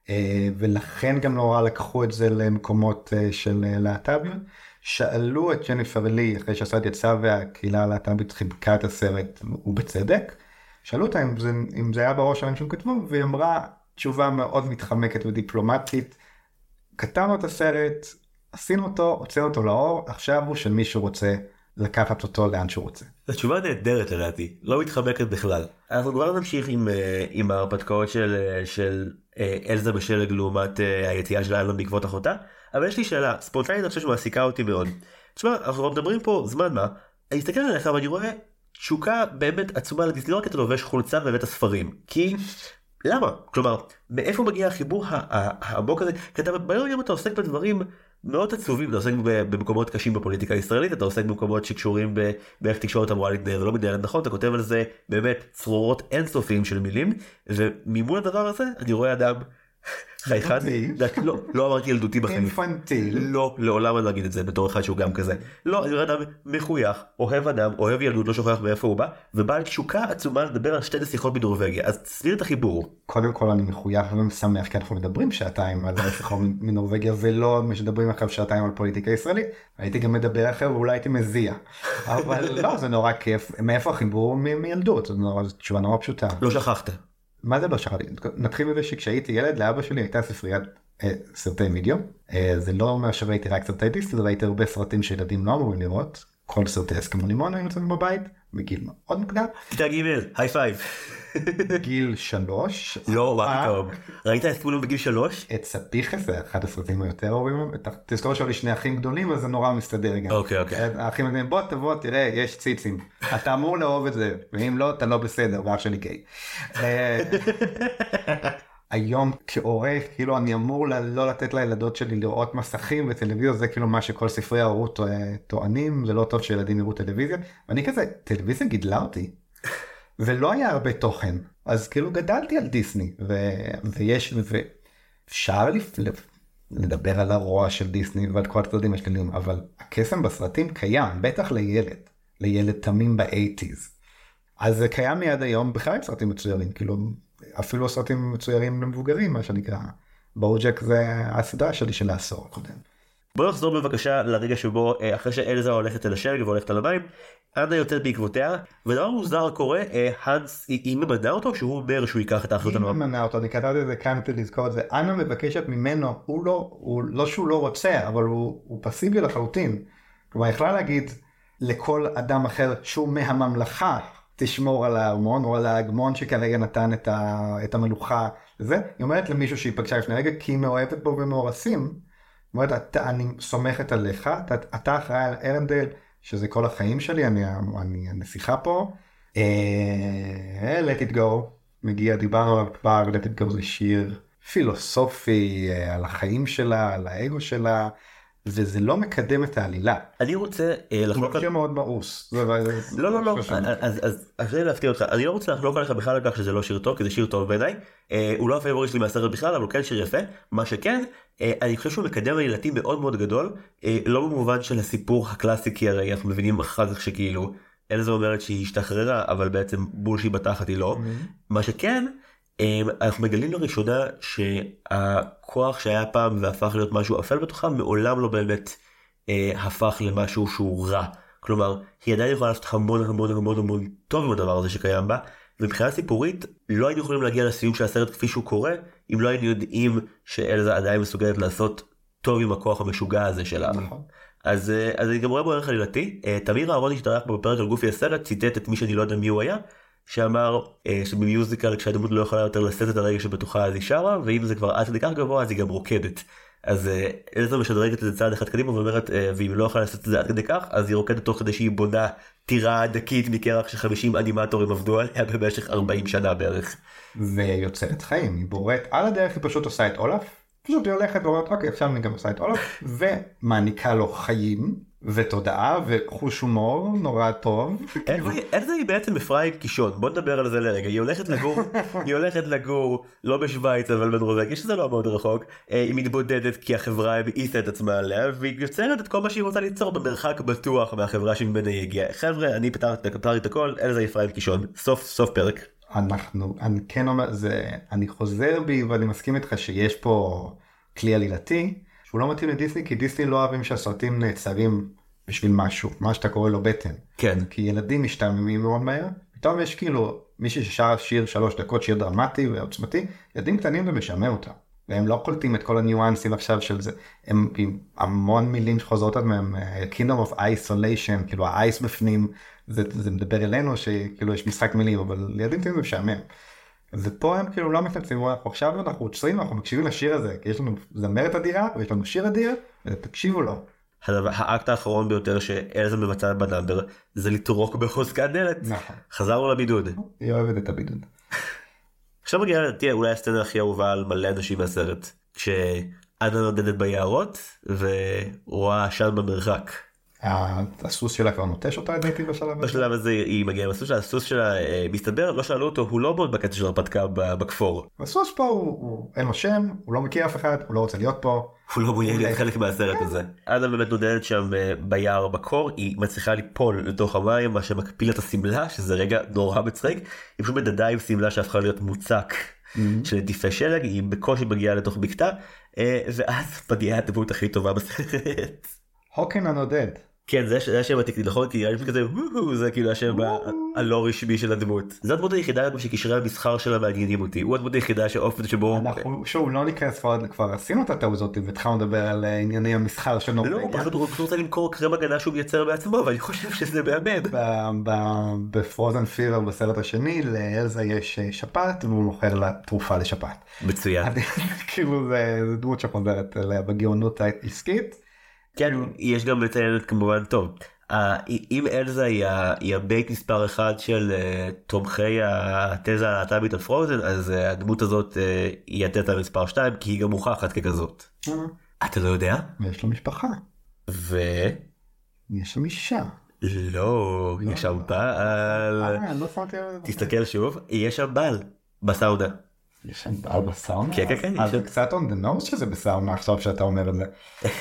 ולכן גם נורא לקחו את זה למקומות של להט"ביות. שאלו את ג'ניפר לי, אחרי שהסרט יצא והקהילה הלהט"בית חיבקה את הסרט, ובצדק, שאלו אותה אם זה, אם זה היה בראש שלהם שהם כתבו, והיא אמרה תשובה מאוד מתחמקת ודיפלומטית, כתבנו את הסרט, עשינו אותו, הוצאנו אותו לאור, עכשיו הוא של מי שרוצה לקחת אותו לאן שהוא רוצה. זו תשובה נהדרת לדעתי, לא מתחמקת בכלל. אנחנו כבר נמשיך עם, עם ההרפתקאות של, של אלזה בשלג לעומת היציאה של איילון בעקבות אחותה, אבל יש לי שאלה, ספונטנית אני חושב שמעסיקה אותי מאוד. תשמע, אנחנו מדברים פה זמן מה, אני אסתכל עליך ואני רואה תשוקה באמת עצומה לדיסני, לא רק אתה לובש חולצה בבית הספרים, כי... למה? כלומר, מאיפה מגיע החיבור העמוק הזה? כי אתה ביום יום אתה עוסק בדברים מאוד עצובים, אתה עוסק במקומות קשים בפוליטיקה הישראלית, אתה עוסק במקומות שקשורים באיך תקשורת אמורה להתנהל ולא מתנהלת נכון, אתה כותב על זה באמת צרורות אינסופיים של מילים, וממול הדבר הזה אני רואה אדם, אני לא יודע אם אתה עוסק בדברים מאוד עצובים, אתה עוסק במקומות קשים בפוליטיקה הישראלית, אתה עוסק במקומות שקשורים באיך תקשורת אמורה להתנהל ולא מתנהלת נכון, אתה כותב על זה באמת צרורות אינסופיים של מילים, וממול הדבר הזה אני רואה אדם חייכן? לא, לא אמרתי ילדותי בחיים. אינפנטיל. לא, לעולם אני לא אגיד את זה בתור אחד שהוא גם כזה. לא, אני אומר אדם מחוייך, אוהב אדם, אוהב ילדות, לא שוכח מאיפה הוא בא, ובא תשוקה עצומה לדבר על שתי שיחות בנורווגיה, אז תסביר את החיבור. קודם כל אני מחוייך ומשמח, כי אנחנו מדברים שעתיים על שיחות מנורווגיה, ולא מדברים עכשיו שעתיים על פוליטיקה ישראלית, הייתי גם מדבר אחר ואולי הייתי מזיע. אבל לא, זה נורא כיף. מאיפה החיבור? מילדות, זו תשובה נורא פשוטה. לא שכחת. מה זה לא שכחתי? נתחיל מזה שכשהייתי ילד, לאבא שלי הייתה ספריית אה, סרטי וידאו. אה, זה לא אומר שראיתי רק סרטי דיסני, ראיתי הרבה סרטים שילדים לא אמורים לראות. כל סרטי אסקימו לימון היו נמצאים בבית, בגיל מאוד מוקדם. כיתה ג' היי פייב. גיל שלוש. לא, וואי טוב. ראית אסקימו לימון בגיל שלוש? את ספיחס, זה אחד הסרטים היותר אוהבים. תזכור שהיו לי שני אחים גדולים, אז זה נורא מסתדר גם. אוקיי, אוקיי. האחים הגדולים, בוא תבוא, תראה, יש ציצים. אתה אמור לאהוב את זה, ואם לא, אתה לא בסדר, ואח שלי גיי. היום כהורה, כאילו אני אמור לא לתת לילדות שלי לראות מסכים וטלוויזיה, זה כאילו מה שכל ספרי ההורות טוענים, זה לא טוב שילדים יראו טלוויזיה, ואני כזה, טלוויזיה גידלה אותי, ולא היה הרבה תוכן, אז כאילו גדלתי על דיסני, ו- ויש, ואפשר לדבר על הרוע של דיסני ועל כל הצדדים השליליים, אבל הקסם בסרטים קיים, בטח לילד, לילד תמים ב-שמונים. אז זה קיים מיד היום בכלל סרטים מצוירים, כאילו אפילו סרטים מצוירים למבוגרים, מה שנקרא. בוג'ק זה הסדרה שלי של העשור הקודם. בוא נחזור בבקשה לרגע שבו אחרי שאלזה הולכת אל השלג והולכת על המים, אנה יוצאת בעקבותיה, ודבר מוזר קורה, הנס, היא ממנה אותו שהוא אומר שהוא ייקח את האחריות הנורא. היא ממנה אותו, אני כתבתי את זה כאן כדי לזכור את זה, אנה מבקשת ממנו, הוא לא, הוא, לא שהוא לא רוצה, אבל הוא, הוא פסיבי לחלוטין. כלומר, יכלה להגיד לכל אדם אחר שהוא מהממלכה, תשמור על ההרמון או על ההגמון שכרגע נתן את, ה, את המלוכה לזה. היא אומרת למישהו שהיא פגשה לפני רגע, כי היא מאוהבת בו ומאורסים. היא אומרת, אתה, אני סומכת עליך, אתה, אתה אחראי על ארנדל, שזה כל החיים שלי, אני, אני הנסיכה פה. Uh, let it go, מגיע, דיברנו עליו כבר, let it go זה שיר פילוסופי, uh, על החיים שלה, על האגו שלה, וזה לא מקדם את העלילה. אני רוצה לחלוק... הוא שיר מאוד מאוס. לא, לא, לא, אז אני להפתיע אותך, אני לא רוצה לחלוק עליך בכלל על כך שזה לא שיר טוב, כי זה שיר טוב בעיניי, הוא לא הפייבוריט שלי מהסרט בכלל, אבל הוא כן שיר יפה, מה שכן, אני חושב שהוא מקדם עלילתי מאוד מאוד גדול, לא במובן של הסיפור הקלאסי, כי הרי אנחנו מבינים אחר כך שכאילו, אלזה אומרת שהיא השתחררה, אבל בעצם בולשי בתחת היא לא, מה שכן, אנחנו מגלים לראשונה שהכוח שהיה פעם והפך להיות משהו אפל בתוכה, מעולם לא באמת אה, הפך למשהו שהוא רע. כלומר, היא עדיין יכולה לעשות המון המון המון המון טוב עם הדבר הזה שקיים בה, ומבחינה סיפורית לא היינו יכולים להגיע לסיום של הסרט כפי שהוא קורה, אם לא היינו יודעים שאלזה עדיין מסוגלת לעשות טוב עם הכוח המשוגע הזה שלה. נכון. אז, אז אני גם רואה בו ערך עלילתי. תמיר אהרוני שתרח פה בפרק על גופי הסרט, ציטט את מי שאני לא יודע מי הוא היה, שאמר אה, שבמיוזיקל כשהדמות לא יכולה יותר לשאת את הרגע שבתוכה אז היא שרה, ואם זה כבר עד כדי כך גבוה אז היא גם רוקדת. אז אה, אלזה משדרגת את זה צעד אחד קדימה ואומרת, אה, ואם לא יכולה לשאת את זה עד כדי כך, אז היא רוקדת תוך כדי שהיא בונה טירה ענקית מקרח ש-חמישים אנימטורים עבדו עליה במשך ארבעים שנה בערך. ויוצרת חיים, היא בוראת, על הדרך היא פשוט עושה את אולף, פשוט היא הולכת ואומרת, אוקיי, עכשיו אני גם עושה את אולף, ומעניקה לו חיים. ותודעה וחוש הומור נורא טוב. איך זה היא בעצם בפריים קישון? בוא נדבר על זה לרגע. היא הולכת לגור, היא הולכת לגור לא בשוויץ אבל בנורווגיה, שזה לא מאוד רחוק. היא מתבודדת כי החברה העיסה את עצמה עליה, והיא יוצרת את כל מה שהיא רוצה ליצור במרחק בטוח מהחברה שממנה היא הגיעה. חבר'ה, אני פתרתי את הכל, אלה זה פריים קישון. סוף סוף פרק. אנחנו, אני כן אומר, זה, אני חוזר בי ואני מסכים איתך שיש פה כלי עלילתי, שהוא לא מתאים לדיסני, כי דיסני לא אוהבים שהסרטים נעצרים בשביל משהו, מה שאתה קורא לו בטן. כן. כי ילדים משתעממים מאוד מהר, פתאום יש כאילו מישהי ששר שיר שלוש דקות, שיר דרמטי ועוצמתי, ילדים קטנים זה משעמם אותם, והם לא קולטים את כל הניואנסים עכשיו של זה, הם עם המון מילים שחוזרות עד מהם, Kingdom of Isolation, כאילו האייס בפנים, זה, זה מדבר אלינו שכאילו יש משחק מילים, אבל ילדים קטנים זה משעמם. ופה הם כאילו לא מתנצלים, עכשיו אנחנו עוצרים, אנחנו מקשיבים לשיר הזה, כי יש לנו זמרת אדירה, ויש לנו שיר אדיר, ותקשיבו לו. האקט האחרון ביותר שאלזה מבצעת בנאמבר, זה לטרוק בחוזקת דלת. נכון. חזרנו לבידוד. היא אוהבת את הבידוד. עכשיו מגיעה, תהיה, אולי הסצנה הכי אהובה על מלא אנשים מהסרט, כשאנה נודדת ביערות, ורואה עשן במרחק. הסוס שלה כבר נוטש אותה לדעתי בשלב הזה. בשלב הזה היא מגיעה עם הסוס שלה, הסוס שלה מסתבר, לא שאלו אותו, הוא לא מאוד בקטע של הרפתקה בכפור. הסוס פה הוא אין לו שם, הוא לא מכיר אף אחד, הוא לא רוצה להיות פה. הוא לא מעוניין להיות חלק מהסרט הזה. אנה באמת נודדת שם ביער בקור, היא מצליחה ליפול לתוך המים, מה שמקפיל את הסמלה, שזה רגע נורא מצחיק, היא פשוט מדדה עם סמלה שהפכה להיות מוצק של דיפי שלג, היא בקושי מגיעה לתוך בקתה, ואז מגיעה הדמות הכי טובה בסרט. הוקן הנודד. כן, זה השם הטקטי, נכון? כי יש כזה, זה כאילו השם הלא רשמי של הדמות. זו הדמות היחידה שקשרי המסחר שלה מעניינים אותי. הוא הדמות היחידה שאופן שבו... אנחנו שוב לא ניכנס כבר עשינו את הטעות הזאת והתחלנו לדבר על ענייני המסחר של נורבגיה. לא, פשוט הוא רוצה למכור קרם הגנה שהוא מייצר בעצמו, ואני חושב שזה באמת. בפרוזן פיבר בסרט השני לאלזה יש שפעת והוא מוכר לה תרופה לשפעת. מצוין. כאילו זה דמות שחוזרת בגאונות העסקית. כן, יש גם לציין כמובן טוב, אם אלזה היא הבייט מספר אחד של תומכי התזה הלהט"בית על פרוזן, אז הדמות הזאת היא התזה מספר שתיים, כי היא גם מוכחת ככזאת. אתה לא יודע? ויש לו משפחה. ו... יש שם אישה. לא, יש שם בעל. לא שמתי על זה. תסתכל שוב, יש שם בעל בסאונה. יש שם בעל בסאונה? כן, כן, כן. אז זה קצת on the nose שזה בסאונה עכשיו שאתה אומר את זה.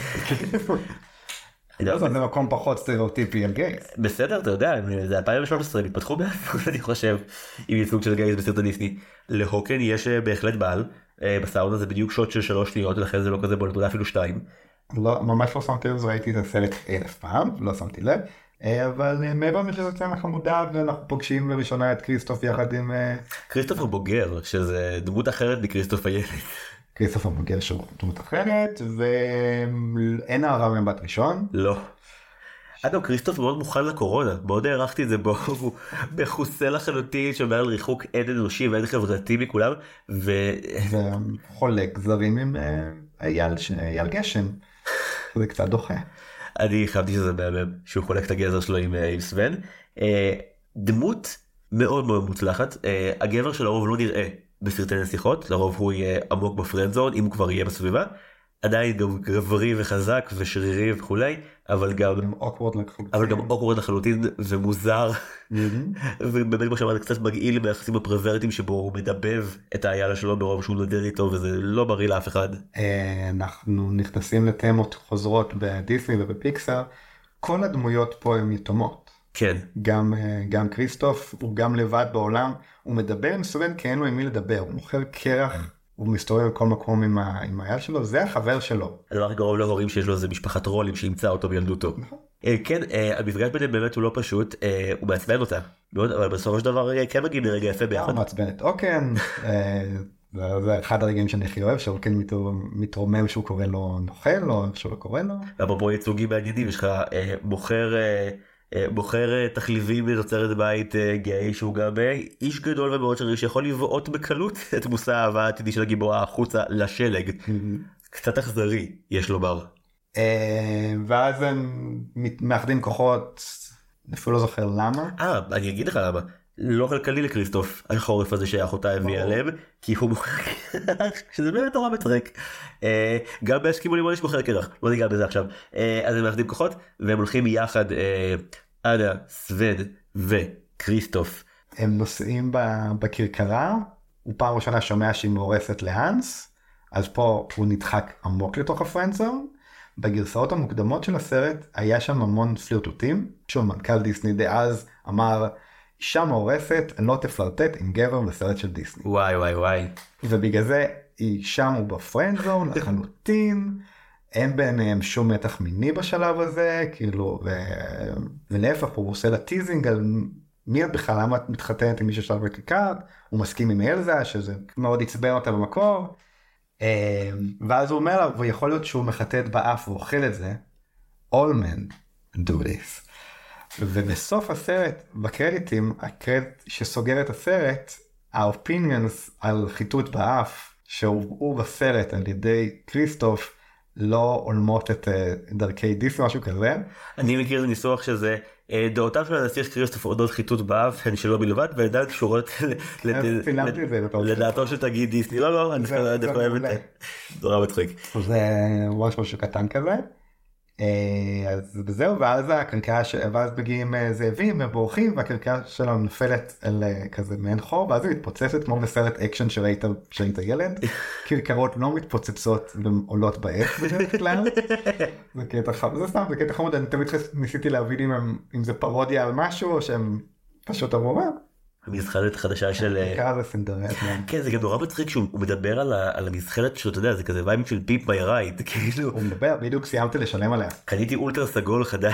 זה מקום פחות סטריאוטיפי על גייס. בסדר, אתה יודע, זה אלפיים ושלוש עשרה, התפתחו באפות, אני חושב, עם ייצוג של גייס בסרט הדיסני. להוקן יש בהחלט בעל, בסאונה זה בדיוק שוט של שלוש שניות, ולכן זה לא כזה בולט, אולי אפילו שתיים. ממש לא שמתי לב, ראיתי את הסרט אלף פעם, לא שמתי לב. אבל מעבר משזה ציינה חמודה ואנחנו פוגשים לראשונה את כריסטוף יחד עם... כריסטוף הבוגר, שזה דמות אחרת מכריסטוף הילד. כריסטוף הבוגר שהוא דמות אחרת, ואין הערה ממבט ראשון. לא. אגב, כריסטוף מאוד מוכן לקורונה, מאוד הערכתי את זה בו, הוא מחוסה לחלוטין, שומר על ריחוק אין אנושי ואין חברתי מכולם, ו... וחולק זרים עם אייל גשם, זה קצת דוחה. אני חייבתי שזה מהמם, שהוא חולק את הגזר שלו עם, עם סוון. דמות מאוד מאוד מוצלחת, הגבר של הרוב לא נראה בסרטי נסיכות, לרוב הוא יהיה עמוק בפרנדזון, אם הוא כבר יהיה בסביבה, עדיין גם גברי וחזק ושרירי וכולי, אבל גם אוקוורד לחלוטין, אבל גם אוקוורד לחלוטין ומוזר, ובאמת כמו שאמרת קצת מגעיל ביחסים הפרוורטיים שבו הוא מדבב את האיילה שלו ברוב שהוא נודד איתו, וזה לא בריא לאף אחד. אנחנו נכנסים לתמות חוזרות בדיסני ובפיקסאר, כל הדמויות פה הן יתומות. כן. גם, גם כריסטוף הוא גם לבד בעולם, הוא מדבר עם סוון כי אין לו עם מי לדבר, הוא מוכר קרח, הוא מסתובב בכל מקום עם, ה, עם האייל שלו, זה החבר שלו. הדבר הכי קרוב להורים שיש לו זה משפחת רולים שימצא אותו בילדותו. כן, המפגש ביניהם באמת הוא לא פשוט, הוא מעצבן אותה, אבל בסופו של דבר כן מגיעים לרגע יפה ביחד. הוא מעצבן את אוקן, זה אחד הרגעים שאני הכי אוהב, שאוקן מתרומם שהוא קורא לו נוכל, או שהוא לא קורא לו. אפרופו ייצוגים מעניינים, יש לך מוכר... בוחר תחליבים לתוצרת בית גיי שהוא גם איש גדול ומאוד שרירי שיכול לבעוט בקלות את מושא האהבה העתידי של הגיבורה החוצה לשלג. קצת אכזרי יש לומר. ואז הם מאחדים כוחות, אפילו לא זוכר למה. אה, אני אגיד לך למה. לא כלכלי לקריסטוף החורף הזה שאחותה הביאה לב, כי הוא מוכר קרח, שזה באמת נורא מצחיק. גם בהסכימו לימון יש מוכר קרח, לא ניגע בזה עכשיו. אז הם מאחדים כוחות, והם הולכים יחד, אנה, סוון וקריסטוף. הם נוסעים בכרכרה, הוא פעם ראשונה שומע שהיא מאורסת להנס, אז פה הוא נדחק עמוק לתוך הפרנדזון. בגרסאות המוקדמות של הסרט היה שם המון פלירטוטים, שוב מנכ"ל דיסני דאז אמר, אישה מאורסת, לא תפלרטט עם גבר בסרט של דיסני. וואי וואי וואי. ובגלל זה היא שם הוא בפרנדזון לחלוטין, אין ביניהם שום מתח מיני בשלב הזה, כאילו, ו... ולהפך הוא עושה לה טיזינג על מי את בכלל, למה את מתחתנת עם מי ששלב בכיכר, הוא מסכים עם אלזה, שזה מאוד עצבן אותה במקור, ואז הוא אומר לה, ויכול להיות שהוא מחטט באף ואוכל את זה, all men do this. ובסוף הסרט, בקרדיטים, הקרדיט שסוגר את הסרט, האופיניונס על חיטוט באף, שהובאו בסרט על ידי כריסטוף, לא עולמות את דרכי דיסני, משהו כזה. אני מכיר את ניסוח שזה, דעותיו של הנסיך כריסטוף אודות חיטוט באף, הן שלא בלבד, ועדיין קשורות לדעתו של תגיד דיסני. לא, לא, אני דווקא אוהב את זה. נורא מצחיק. זה משהו שקטן כזה. אז זהו, ואז הקרקע, ואז מגיעים זאבים ובורחים, והקרקע שלנו נופלת על כזה מעין חור, ואז היא מתפוצצת כמו בסרט אקשן שראית כשהיית ילד, כרכרות לא מתפוצצות ועולות באש בדרך כלל. זה קטע חמוד, זה סתם, זה קטע חמוד, אני תמיד ניסיתי להבין אם זה פרודיה על משהו, או שהם פשוט אמרו מה. המזחלת החדשה של... קרא זה סינדרלה. כן, זה גם נורא מצחיק שהוא מדבר על המזחלת שלו, אתה יודע, זה כזה וייבים של פיפ ביי רייד, כאילו... הוא מדבר, בדיוק סיימתי לשלם עליה. קניתי אולטרה סגול חדש.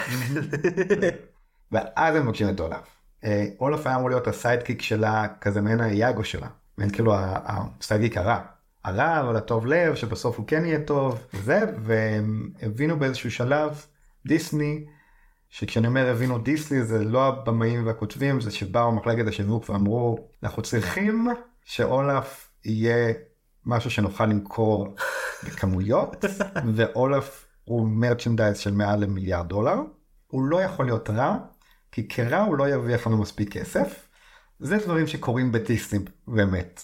ואז הם מבקשים את אולף. אולף היה אמור להיות הסיידקיק שלה, כזה מעין היאגו שלה. מעין כאילו הסיידקיק הרע. הרע, אבל הטוב לב, שבסוף הוא כן יהיה טוב. וזה, והם הבינו באיזשהו שלב, דיסני, שכשאני אומר הבינו דיסני זה לא הבמאים והכותבים, זה שבאו מחלקת השיווק ואמרו, אנחנו צריכים שאולף יהיה משהו שנוכל למכור בכמויות, ואולף הוא מרצ'נדייז של מעל למיליארד דולר, הוא לא יכול להיות רע, כי כרע הוא לא ירוויח לנו מספיק כסף, זה דברים שקורים בדיסני באמת,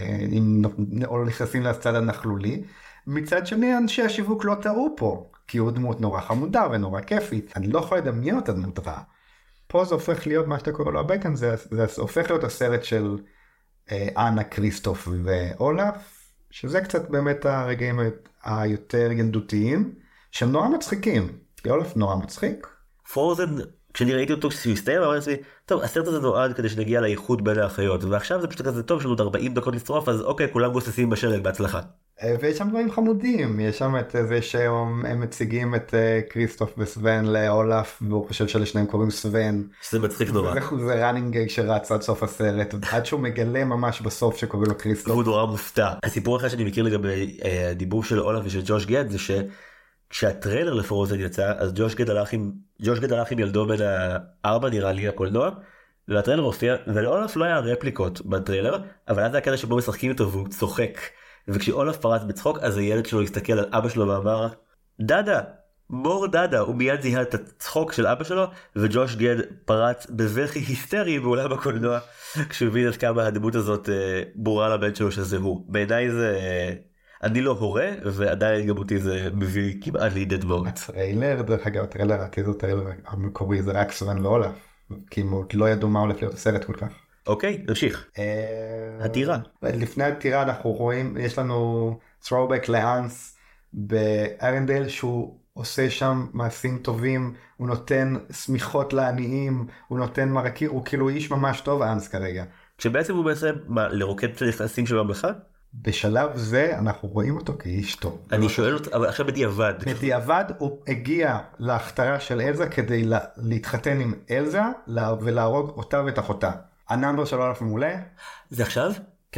אם נכנסים לצד הנכלולי, מצד שני אנשי השיווק לא טעו פה, כי הוא דמות נורא חמודה ונורא כיפית. אני לא יכול לדמיין את הדמות רעה. פה זה הופך להיות מה שאתה קורא לו הבטן, זה, זה הופך להיות הסרט של אה, אנה, כריסטוף ואולף, שזה קצת באמת הרגעים היותר ילדותיים, שהם נורא מצחיקים. כי אולף נורא מצחיק. פרוזן, כשאני ראיתי אותו כשהוא הסתיים, אמרתי לעצמי, טוב, הסרט הזה נועד כדי שנגיע לאיחוד בין האחיות, ועכשיו זה פשוט כזה טוב, יש לנו עוד ארבעים דקות לשרוף, אז אוקיי, כולם גוססים בשלג, בהצלחה. ויש שם דברים חמודים, יש שם את זה שהם מציגים את כריסטוף וסוון לאולף, והוא חושב שלשניהם קוראים סוון. שזה מצחיק נורא. זה ראנינג שרץ עד סוף הסרט, עד שהוא מגלה ממש בסוף שקוראים לו כריסטוף. והוא נורא מופתע. הסיפור אחר שאני מכיר לגבי הדיבור של אולף ושל ג'וש גד, זה שכשהטריילר לפרוזן יצא, אז ג'וש גד הלך עם, ג'וש גד הלך עם ילדו בין הארבע נראה לי הקולנוע, והטריילר הופיע, ולאולף לא היה רפליקות בטריילר, אבל אז היה כזה שבו משחקים איתו והוא צוחק. וכשאולף פרץ בצחוק, אז הילד שלו הסתכל על אבא שלו ואמר, דאדה, מור דאדה, הוא מיד זיהה את הצחוק של אבא שלו, וג'וש גד פרץ בבכי היסטרי באולם הקולנוע, כשהוא הבין עד כמה הדמות הזאת אה, ברורה לבן שלו שזה הוא. בעיניי זה, אה, אני לא הורה, ועדיין גם אותי זה מביא כמעט לידי דמות. הטריילר, דרך אגב, הטריילר, הטריילר המקורי זה רק סוון ואולף, כי לא ידעו מה הולך להיות הסרט כל כך. אוקיי, נמשיך. הטירה. לפני הטירה אנחנו רואים, יש לנו throwback לאנס בארנדל שהוא עושה שם מעשים טובים, הוא נותן סמיכות לעניים, הוא נותן מרקים, הוא כאילו איש ממש טוב אנס כרגע. כשבעצם הוא בעצם לרוקד את הנכנסים של ממלכה? בשלב זה אנחנו רואים אותו כאיש טוב. אני שואל אותו, אבל עכשיו בדיעבד. בדיעבד הוא הגיע להכתרה של אלזה כדי לה, להתחתן עם אלזה ולהרוג אותה ואת אחותה. הנאמבר שלו אלף מעולה. זה עכשיו? כן.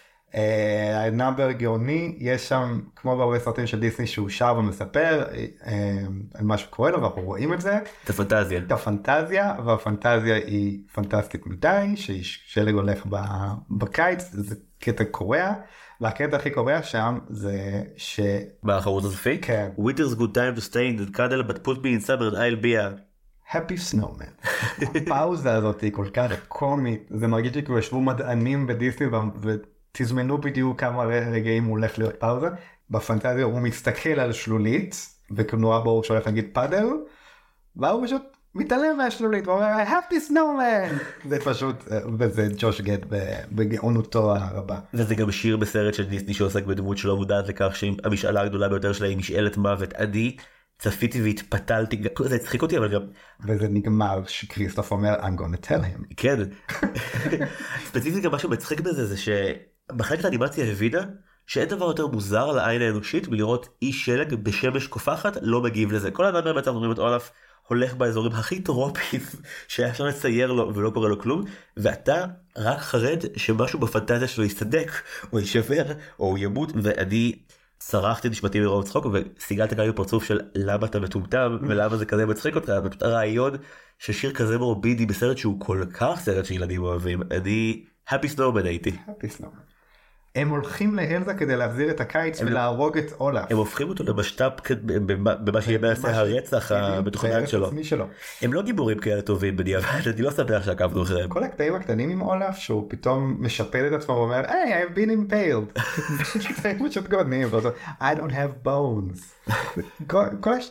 הנאמבר גאוני, יש שם כמו בהרבה סרטים של דיסני שהוא שר ומספר על מה שקורה לו ואנחנו רואים את זה. את הפנטזיה. את הפנטזיה, והפנטזיה היא פנטסטית מדי, ששלג הולך בקיץ, זה קטע קורע, והקטע הכי קורע שם זה ש... באחרות הזפי? כן. Winter's good time to stay in the cuddle, but put me in summer and I'll be a... Happy Snowman. הפאוזה הזאת היא כל כך קומית, זה מרגיש שכאילו ישבו מדענים בדיסני ותזמנו בדיוק כמה רגעים הוא הולך להיות פאוזה. בפנטזיה הוא מסתכל על שלולית, וכנועה בו הוא שולח להגיד פאדל, והוא פשוט מתעלם מהשלולית, והוא אומר Happy Snowman. זה פשוט, וזה ג'וש גד בגאונותו הרבה. וזה גם שיר בסרט של דיסני שעוסק בדמות שלא מודעת לכך שהמשאלה הגדולה ביותר שלה היא משאלת מוות. עדי צפיתי והתפתלתי, זה הצחיק אותי, אבל גם... וזה נגמר שכריסטוף אומר, I'm gonna tell him. כן. ספציפית גם משהו מצחיק בזה, זה שבחלקת האנימציה הבינה, שאין דבר יותר מוזר לעין האנושית, מלראות איש שלג בשמש קופחת, לא מגיב לזה. כל האדם בעצם אומרים את אולף, הולך באזורים הכי טרופיים, שהיה אפשר לצייר לו ולא קורה לו כלום, ואתה רק חרד שמשהו בפנטזיה שלו יסתדק, או יישבר, או הוא ימות, ואני... צרחתי נשמתי מרוב צחוק וסיגלתי כאלה פרצוף של למה אתה מטומטם ולמה זה כזה מצחיק אותך. ופשוט הרעיון ששיר כזה מורבידי בסרט שהוא כל כך סרט שילדים אוהבים. אני Happy Snowman הייתי. Happy Snowman. הם הולכים לאלזה כדי להחזיר את הקיץ ולהרוג את אולף. הם הופכים אותו למשת"פ במה שיהיה מעשה הרצח המתוכנן שלו. הם לא גיבורים כאלה טובים בדיעבד, אני לא שמח שעקבנו אחריהם. כל הקטעים הקטנים עם אולף שהוא פתאום משפל את עצמו ואומר היי I've been impaled. קטעים פשוט גאונים. I don't have bones.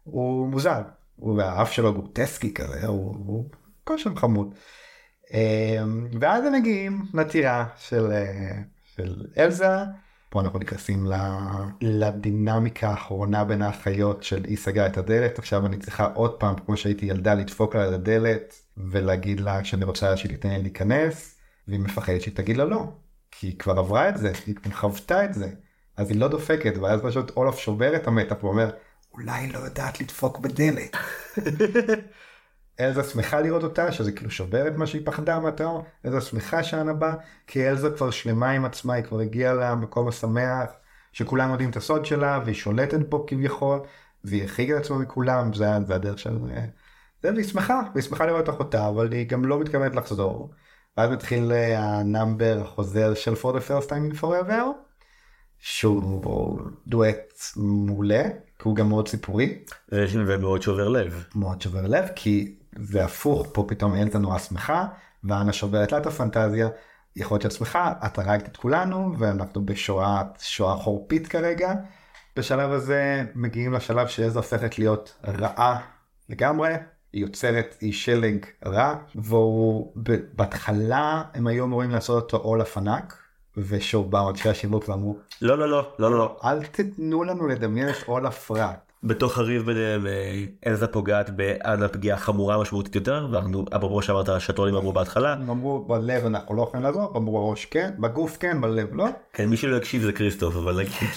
הוא מוזר, הוא והאף שלו גרוטסקי כזה, הוא, הוא כל שם חמוד. ואז הם מגיעים לטירה של, של אלזה, פה אנחנו נכנסים לדינמיקה האחרונה בין האחיות של היא סגרה את הדלת, עכשיו אני צריכה עוד פעם, כמו שהייתי ילדה, לדפוק לה את הדלת ולהגיד לה שאני רוצה שהיא תתן לי להיכנס, והיא מפחדת שהיא תגיד לה לא, כי היא כבר עברה את זה, היא חוותה את זה, אז היא לא דופקת, ואז פשוט אולף שובר את המתח ואומר, אולי היא לא יודעת לדפוק בדלת. אלזה שמחה לראות אותה, שזה כאילו שובר את מה שהיא פחדה מהתאום, אלזה שמחה שענה בה, כי אלזה כבר שלמה עם עצמה, היא כבר הגיעה למקום השמח, שכולם יודעים את הסוד שלה, והיא שולטת בו כביכול, והיא הרחיגה את עצמה מכולם, זה, זה הדרך של זה, והיא שמחה, והיא שמחה לראות אחותה, אבל היא גם לא מתכוונת לחזור. ואז מתחיל הנאמבר החוזר של For the First Time in Forever, שהוא דואט מעולה, כי הוא גם מאוד סיפורי. ומאוד שובר לב. מאוד שובר לב, כי זה הפוך, פה פתאום אלזה נורא שמחה, ואנה שוברת לה את הפנטזיה, יכול להיות שאת שמחה, את הרגת את כולנו, ואנחנו בשואה, שואה חורפית כרגע. בשלב הזה מגיעים לשלב שאלזה הופכת להיות רעה לגמרי, היא יוצרת אי שלג רע, והוא בהתחלה הם היו אמורים לעשות אותו אולף ענק, ושוב באו אנשי השיווק ואמרו, לא לא לא לא לא אל תתנו לנו לדמיין את אולף רע. בתוך הריב ביניהם אלזה פוגעת באנה פגיעה חמורה משמעותית יותר, ואנחנו אפרופו שאמרת השטרולים אמרו בהתחלה, הם אמרו בלב אנחנו לא יכולים לעזור, אמרו בראש כן, בגוף כן, בלב לא. כן, מי שלא יקשיב זה כריסטוף, אבל נגיד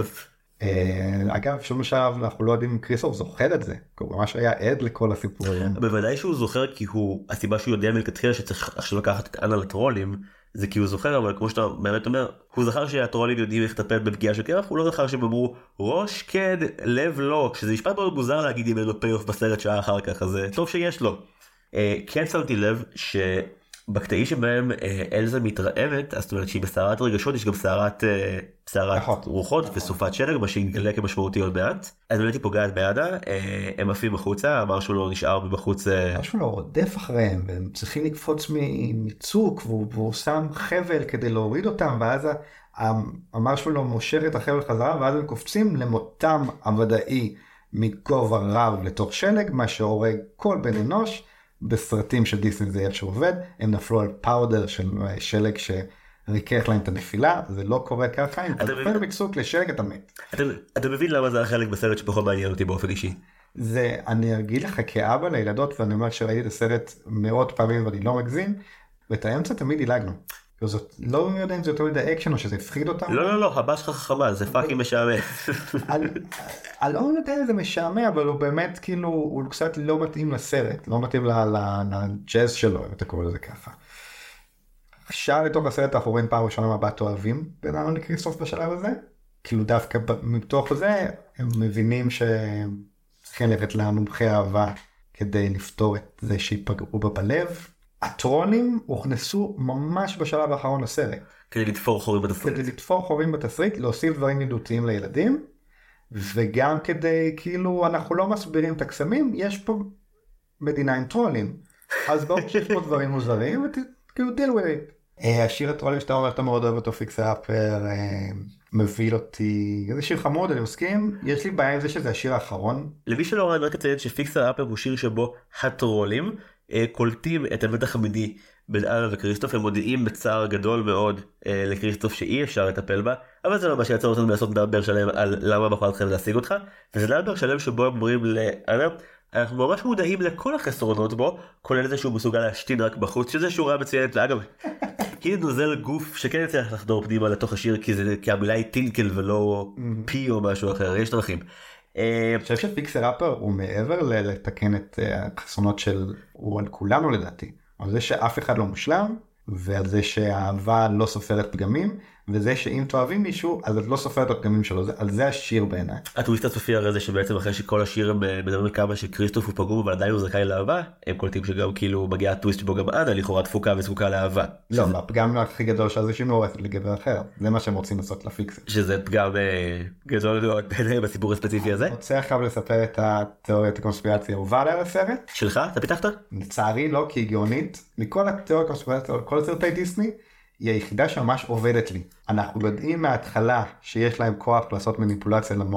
אגב שום שלב אנחנו לא יודעים אם כריסטוף זוכר את זה, כי הוא ממש היה עד לכל הסיפורים. בוודאי שהוא זוכר, כי הוא הסיבה שהוא יודע מלכתחילה שצריך עכשיו לקחת את אנה לטרולים, זה כי הוא זוכר, אבל כמו שאתה באמת אומר, הוא זכר שהטרולים יודעים איך לטפל בפגיעה של קרח, הוא לא זכר שהם אמרו ראש כן, לב לא, שזה משפט מאוד מוזר להגיד אם אין לו פי-אוף בסרט שעה אחר כך, אז טוב שיש לו. כן שמתי לב שבקטעים שבהם אלזה מתרעמת, אז זאת אומרת שהיא בסערת רגשות, יש גם סערת רוחות וסופת שלג, מה שיגלה כמשמעותי עוד מעט, אז באמת היא פוגעת באנה, הם עפים בחוצה, אמר שהוא לא נשאר בחוץ. משהו לא רודף אחריהם, והם צריכים לקפוץ מצוק, והוא שם חבל כדי להוריד אותם, ואז אמר שהוא לא מושך את החבל חזרה, ואז הם קופצים למותם הוודאי מגובה רב לתוך שלג, מה שהורג כל בן אנוש. בסרטים של דיסני זה איך שעובד, הם נפלו על פאודר של שלג שריכך להם את הנפילה, זה לא קורה ככה, אם אתה נופל מצוק לשלג אתה מת. אתה מבין למה זה החלק בסרט שפחות מעניין אותי באופן אישי? זה, אני אגיד לך כאבא לילדות, ואני אומר שראיתי את הסרט מאות פעמים ואני לא מגזים, ואת האמצע תמיד דילגנו. זאת לא יודע אם זה יותר מדי אקשן או שזה הפחיד אותם. לא לא לא, הבא שלך חכמה, זה פאקינג משעמם. אני לא יודע אם זה משעמם, אבל הוא באמת כאילו, הוא קצת לא מתאים לסרט, לא מתאים לג'אז שלו, אם אתה קורא לזה ככה. שעה לתוך הסרט אנחנו רואים פעם ראשונה מבט אוהבים בין אנה לכריסטוף בשלב הזה, כאילו דווקא מתוך זה הם מבינים שצריכים ללכת למומחי אהבה כדי לפתור את זה שיפגעו בה בלב. הטרונים הוכנסו ממש בשלב האחרון לסרט. כדי לתפור חורים בתסריט. כדי לתפור חורים בתסריט, להוסיף דברים ידידותיים לילדים, וגם כדי, כאילו, אנחנו לא מסבירים את הקסמים, יש פה מדינה עם טרולים. אז בואו שיש פה דברים מוזרים, וכאילו, deal with it. השיר הטרולים שאתה אומר, אתה מאוד אוהב אותו, פיקסר אפר, מביא אותי, זה שיר חמוד, אני מסכים, יש לי בעיה עם זה שזה השיר האחרון. למי שלא רואה, אני רק אציין שפיקסר אפר הוא שיר שבו הטרולים, קולטים את המתח המיני בין אנה וכריסטוף, הם מודיעים בצער גדול מאוד אה, לכריסטוף שאי אפשר לטפל בה, אבל זה לא מה שיצר אותנו לעשות נאמבר שלם על למה בחרה אתכם להשיג אותך, וזה נאמבר שלם שבו הם אומרים לאנה, אנחנו ממש מודעים לכל החסרונות בו, כולל זה שהוא מסוגל להשתין רק בחוץ, שזה שורה מצוינת לאגב, כי נוזל גוף שכן יצליח לחדור פנימה לתוך השיר, כי, זה, כי המילה היא טינקל ולא פי או משהו אחר, יש דרכים. אני חושב שפיקסר אפר הוא מעבר לתקן את החסרונות של, הוא על כולנו לדעתי, על זה שאף אחד לא מושלם, ועל זה שהאהבה לא סופרת פגמים, וזה שאם תאהבים מישהו, אז את לא סופרת את הפגמים שלו, על זה השיר בעיניי. הטוויסט הסופי הרי זה שבעצם אחרי שכל השיר מדברים כמה שכריסטוף הוא פגום, אבל עדיין הוא זכאי לאהבה, הם קולטים שגם כאילו מגיע הטוויסט שבו גם אנה לכאורה דפוקה וזקוקה לאהבה. לא, הפגם הכי גדול שזה שהיא מאוהבת לגבר אחר, זה מה שהם רוצים לעשות לפיקסר. שזה פגם גדול מאוד בסיפור הספציפי הזה. אני רוצה עכשיו לספר את התיאוריית הקונספירציה האהובה עליה לסרט. שלך? אתה פיתחת? לצערי לא, כי היא גאונית. מכל התיאוריות הקונספירציה, כל סרטי דיסני, היא היחידה שממש עובדת לי. אנחנו יודעים מההתחלה שיש להם כוח לעשות מניפולציה למוח.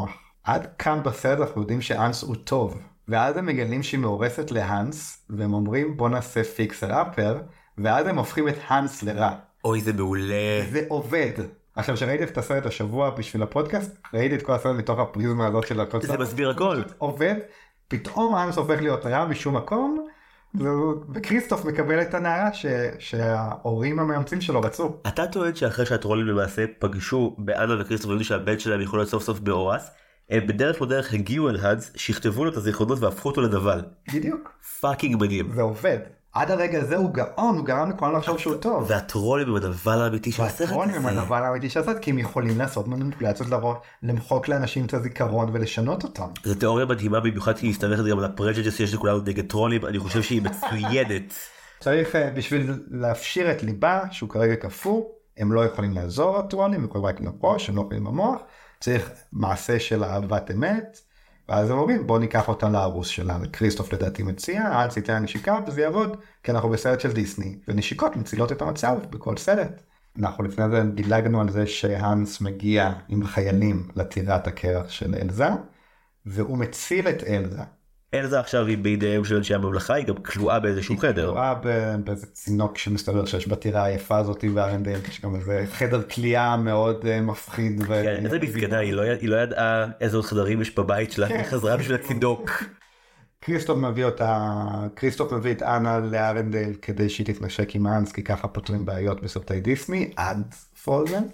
עד כאן בסרט אנחנו יודעים שאנס הוא טוב, ואז הם מגלים שהיא מאורסת להנס, והם אומרים בוא נעשה פיקסר אפר, ואז הם הופכים את הנס לרע. אוי, זה מעולה. זה עובד. עכשיו שראיתי את הסרט השבוע בשביל הפודקאסט, ראיתי את כל הסרט מתוך הפריזמה הזאת של הכל. זה מסביר הכל. עובד, פתאום הנס הופך להיות רע משום מקום, וכריסטוף מקבל את הנערה ש... שההורים המאמצים שלו רצו. אתה טוען שאחרי שהטרולים למעשה פגשו באנה וכריסטוף ויודעו שהבן שלהם יכול להיות סוף סוף באורס, הם בדרך לא דרך הגיעו אל האנס, שכתבו לו את הזיכרונות והפכו אותו לדבל. בדיוק. פאקינג מדהים. זה עובד. עד הרגע הזה הוא גאון, הוא גרם לכולם לחשוב שהוא טוב. והטרולים הם הדבל האמיתי של הסרט הזה. והטרולים הם הדבל האמיתי של הסרט, כי הם יכולים לעשות מניפולציות לראות, למחוק לאנשים את הזיכרון ולשנות אותם. זו תיאוריה מדהימה במיוחד כי היא מסתמכת גם על הפרג'דס שיש לכולנו נגד טרולים, אני חושב שהיא מצוידת. צריך בשביל להפשיר את ליבה, שהוא כרגע כפור, הם לא יכולים לעזור הטרולים, הם יכולים רק עם הראש, הם לא יכולים עם המוח, צריך מעשה של אהבת אמת, ואז הם אומרים בוא ניקח אותם לארוס שלה, וכריסטוף לדעתי מציע, אל ציטה נשיקה וזה יעבוד, כי אנחנו בסרט של דיסני, ונשיקות מצילות את המצב בכל סרט. אנחנו לפני זה דילגנו על זה שהנס מגיע עם חיילים לטירת הקרח של אלזה, והוא מציל את אלזה. אלזה עכשיו היא בידיהם של אנשי הממלכה, היא גם כלואה באיזשהו חדר. היא כלואה באיזה צינוק שמסתבר שיש בטירה היפה הזאת בארנדל, יש גם איזה חדר כליאה מאוד מפחיד. כן, איזה מסכנה, היא לא ידעה איזה עוד חדרים יש בבית שלה, היא חזרה בשביל הצינוק. כריסטוף מביא אותה, כריסטוף מביא את אנה לארנדל כדי שהיא תתנשק עם האנס, כי ככה פותרים בעיות בסרטי דיסני, עד פרוזן.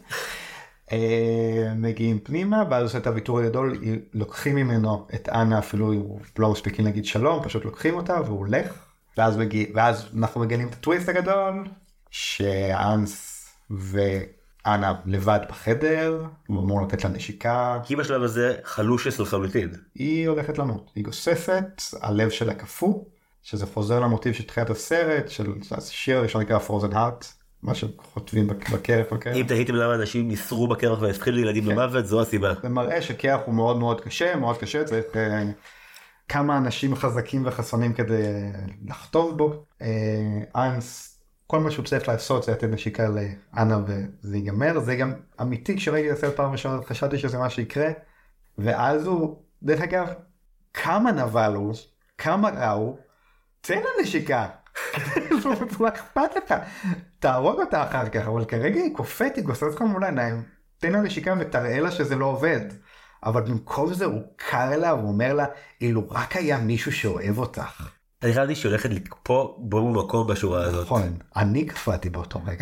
מגיעים פנימה, ואז עושה את הוויתור הגדול, לוקחים ממנו את אנה, אפילו לא מספיקים להגיד שלום, פשוט לוקחים אותה והוא הולך, ואז, מגיע, ואז אנחנו מגלים את הטוויסט הגדול, שאנס ואנה לבד בחדר, הוא אמור לתת לה נשיקה. כי בשלב הזה חלושס לחלוטין. היא הולכת למות, היא גוססת, הלב שלה קפוא, שזה חוזר למוטיב של תחילת הסרט, של השיר הראשון נקרא Frozen Heart, מה שחוטבים בקרח. אם תהיתם למה אנשים ניסרו בקרח והפחידו לילדים למוות, זו הסיבה. זה מראה שקרח הוא מאוד מאוד קשה, מאוד קשה, צריך כמה אנשים חזקים וחסונים כדי לחטוב בו. אנס, כל מה שהוא צריך לעשות זה לתת נשיקה לאנה וזה ייגמר, זה גם אמיתי, כשראיתי לסרט פעם ראשונה חשבתי שזה מה שיקרה, ואז הוא, דרך אגב, כמה נבל הוא, כמה רע הוא, תן לה נשיקה. מה אכפת לך? תהרוג אותה אחר כך, אבל כרגע היא קופאת, היא גוססת לך מול העיניים, תן לה נשיקה ותראה לה שזה לא עובד. אבל במקום זה הוא קר לה ואומר לה, אילו רק היה מישהו שאוהב אותך. אני חייבתי שהולכת לקפוא בו במקום בשורה הזאת. נכון, אני קפאתי באותו רגע.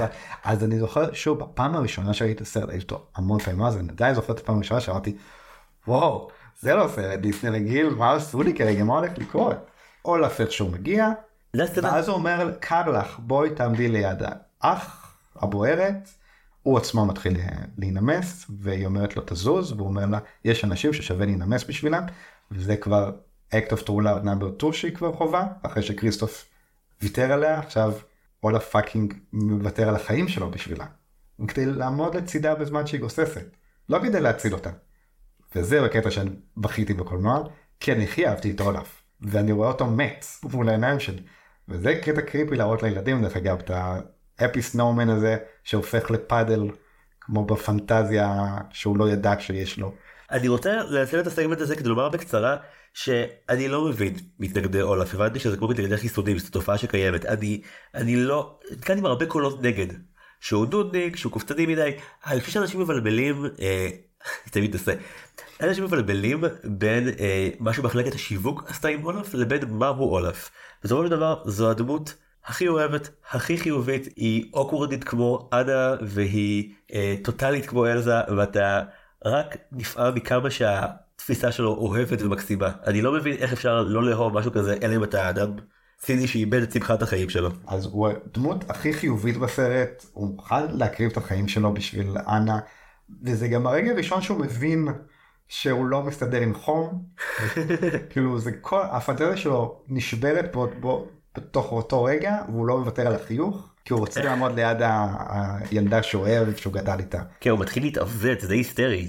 אז אני זוכר, שוב, בפעם הראשונה שהייתי את הסרט, הייתי אותו המון פעמים, אז אני עדיין זוכר את הפעם הראשונה שאמרתי, וואו, זה לא סרט דיסני רגיל, מה עשו לי כרגע, מה הולך לקרות? אולף איך שהוא מגיע, ואז הוא אומר, קר לך, בואי תעמדי ליד האח הבוערת, הוא עצמו מתחיל להינמס, והיא אומרת לו תזוז, והוא אומר לה, יש אנשים ששווה להינמס בשבילם, וזה כבר act of true love number two שהיא כבר חובה, אחרי שקריסטוף ויתר עליה, עכשיו אולף פאקינג מוותר על החיים שלו בשבילה, כדי לעמוד לצידה בזמן שהיא גוססת, לא כדי להציל אותה. וזה הקטע שאני בכיתי בקולנוע, כי אני הכי אהבתי את אולף, ואני רואה אותו מת מול העיניים שלי, וזה קטע קריפי להראות לילדים, דרך אגב, את האפי סנואומן הזה, שהופך לפאדל, כמו בפנטזיה שהוא לא ידע שיש לו. אני רוצה לנצל את הסגמנט הזה כדי לומר בקצרה, שאני לא מבין מתנגדי אולף, הבנתי שזה כמו מתנגדי חיסונים, זו תופעה שקיימת, אני, אני לא, כאן עם הרבה קולות נגד, שהוא נודניק, שהוא קופצני מדי, אני חושב שאנשים מבלבלים, אה, תמיד עושה, אנשים מבלבלים בין אה, מה שמחלקת השיווק עשתה עם אולף, לבין מה הוא אולף. בסופו של דבר, זו הדמות הכי אוהבת, הכי חיובית, היא אוקוורדית כמו אנה, והיא אה, טוטלית כמו אלזה, ואתה רק נפעם מכמה שהתפיסה שלו אוהבת ומקסימה. אני לא מבין איך אפשר לא לאהוב משהו כזה, אלא אם אתה אדם ציני שאיבד את שמחת החיים שלו. אז הוא הדמות הכי חיובית בסרט, הוא מוכן להקריב את החיים שלו בשביל אנה, וזה גם הרגע הראשון שהוא מבין שהוא לא מסתדר עם חום, כאילו זה כל, הפנטזיה שלו נשברת בו, בו, בתוך אותו רגע, והוא לא מוותר על החיוך, כי הוא רוצה לעמוד ליד הילדה שהוא אוהב, שהוא גדל איתה. כן, הוא מתחיל להתעוות, זה די היסטרי.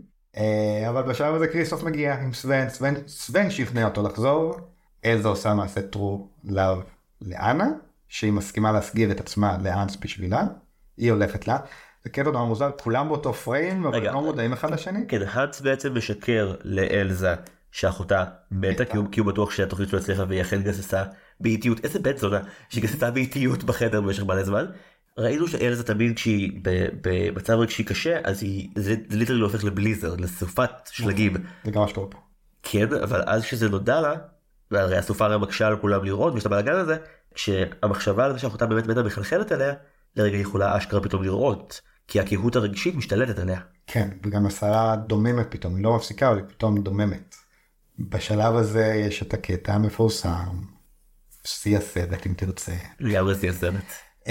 אבל בשלב הזה כריסטוף מגיע עם סוון, סוון, סוון שיפנה אותו לחזור, אלזה עושה מעשה טרו לאנה, שהיא מסכימה להסגיר את עצמה לאנס בשבילה, היא הולכת לה, זה קטע נורא מוזר, כולם באותו פריים, אבל לא מודעים אחד לשני. כן, האנס בעצם משקר לאלזה שאחותה מתה, כי הוא בטוח שהתוכנית שלו הצליחה והיא אכן גססה באיטיות, איזה בית זונה, שהיא גססה באיטיות בחדר במשך מלא זמן. ראינו שאלזה תמיד כשהיא במצב רגשי קשה, אז זה ליטרלי הופך לבליזרד, לסופת שלגים. זה גם מה שקורה פה. כן, אבל אז שזה נודע לה, והרי הסופה הרי מקשה על כולם לראות, ויש את הבלגן הזה, כשהמחשבה על זה שאחותה באמת מתה מחלחלת עליה, לרגע יכולה אשכרה פתאום לראות, כי הקהות הרגשית משתלטת עליה. כן, וגם השרה דוממת פתאום, היא לא מפסיקה, אבל היא פתאום דוממת. בשלב הזה יש את הקטע המפורסם, שיא הסרט אם תרצה. לגמרי שיא הסרט.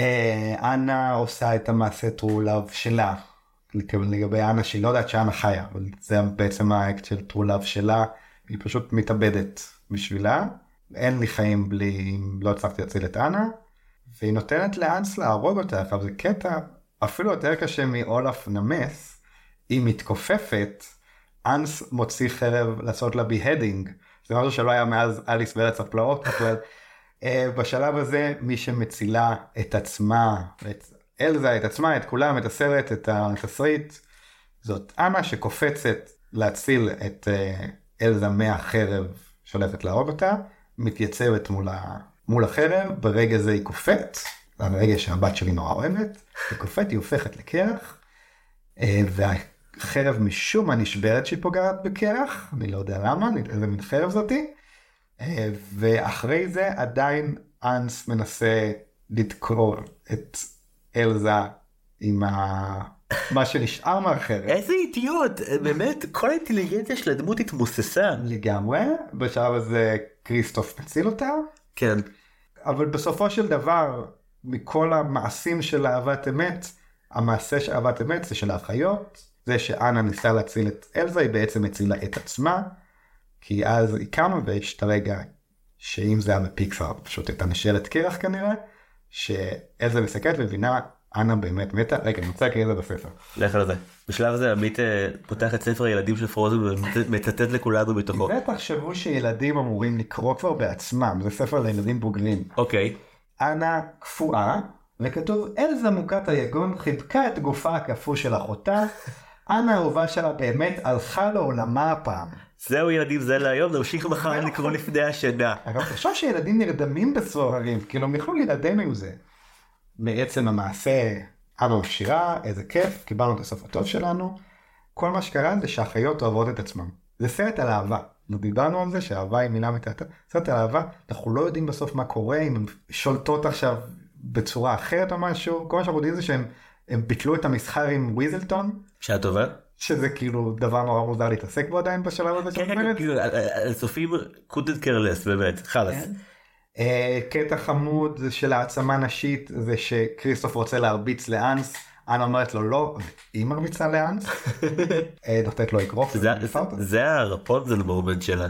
אנה עושה את המעשה true love שלה, לגבי אנה שהיא לא יודעת שאנה חיה, אבל זה בעצם האקט של true love שלה, היא פשוט מתאבדת בשבילה, אין לי חיים בלי, לא הצלחתי להציל את אנה, והיא נותנת לאנס להרוג אותה, אבל זה קטע אפילו יותר קשה מאולף נמס, היא מתכופפת, אנס מוציא חרב לעשות לה בהדינג, זה משהו שלא היה מאז אליס בארץ הפלאות, אבל uh, בשלב הזה מי שמצילה את עצמה, את אלזה, את עצמה, את כולם, את הסרט, את התסריט, זאת אנה שקופצת להציל את uh, אלזה מהחרב שהולכת להרוג אותה, מתייצבת מול, ה... מול החרב, ברגע זה היא קופאת, ברגע שהבת שלי נורא אוהבת, היא קופאת, היא הופכת לקרח, uh, והחרב משום מה נשברת שהיא פוגעת בקרח, אני לא יודע למה, איזה מין חרב זאתי, uh, ואחרי זה עדיין אנס מנסה לדקור את אלזה עם ה... מה שנשאר מהחרב. איזה אידיוט, באמת, כל האינטליגנציה של הדמות התמוססה. לגמרי, בשלב הזה כריסטוף מציל אותה. כן. אבל בסופו של דבר, מכל המעשים של אהבת אמת, המעשה של אהבת אמת זה של האחיות, זה שאנה ניסה להציל את אלזה, היא בעצם הצילה את עצמה, כי אז היא קמה ויש את הרגע, שאם זה היה בפיקסאר, פשוט הייתה נשאלת קרח כנראה, שאלזה מסתכלת ומבינה, אנה באמת מתה, רגע, אני רוצה להקריא את זה בספר. לך על זה. בשלב הזה עמית פותח את ספר הילדים של פרוזן ומצטט לכולנו בתוכו. ותחשבו שילדים אמורים לקרוא כבר בעצמם, זה ספר לילדים בוגרים. אוקיי. אנה קפואה, וכתוב, אלזה מוכת היגון חיבקה את גופה הקפוא של אחותה, אנה האהובה שלה באמת הלכה לעולמה הפעם. זהו ילדים, זה להיום, נמשיך מחר לקרוא לפני השינה. אגב, חושב שילדים נרדמים בסוהרים, כאילו מיכלו ילדינו עם זה. בעצם המעשה, אבא ושירה, איזה כיף, קיבלנו את הסוף הטוב שלנו. כל מה שקרה זה שהחיות אוהבות את עצמם. זה סרט על אהבה. דיברנו על זה שהאהבה היא מילה מתעתת. סרט על אהבה, אנחנו לא יודעים בסוף מה קורה, אם הן שולטות עכשיו בצורה אחרת או משהו. כל מה שאנחנו יודעים זה שהם ביטלו את המסחר עם ויזלטון. שעה טובה. שזה כאילו דבר נורא מוזר להתעסק בו עדיין בשלב הזה. כן, כן, כאילו, הסופים couldn't care less, באמת, חלס. קטע חמוד של העצמה נשית זה שקריסטוף רוצה להרביץ לאנס, אנה אומרת לו לא, היא מרביצה לאנס, נותנת לו אגרוף. זה הרפונזל מומנט שלה.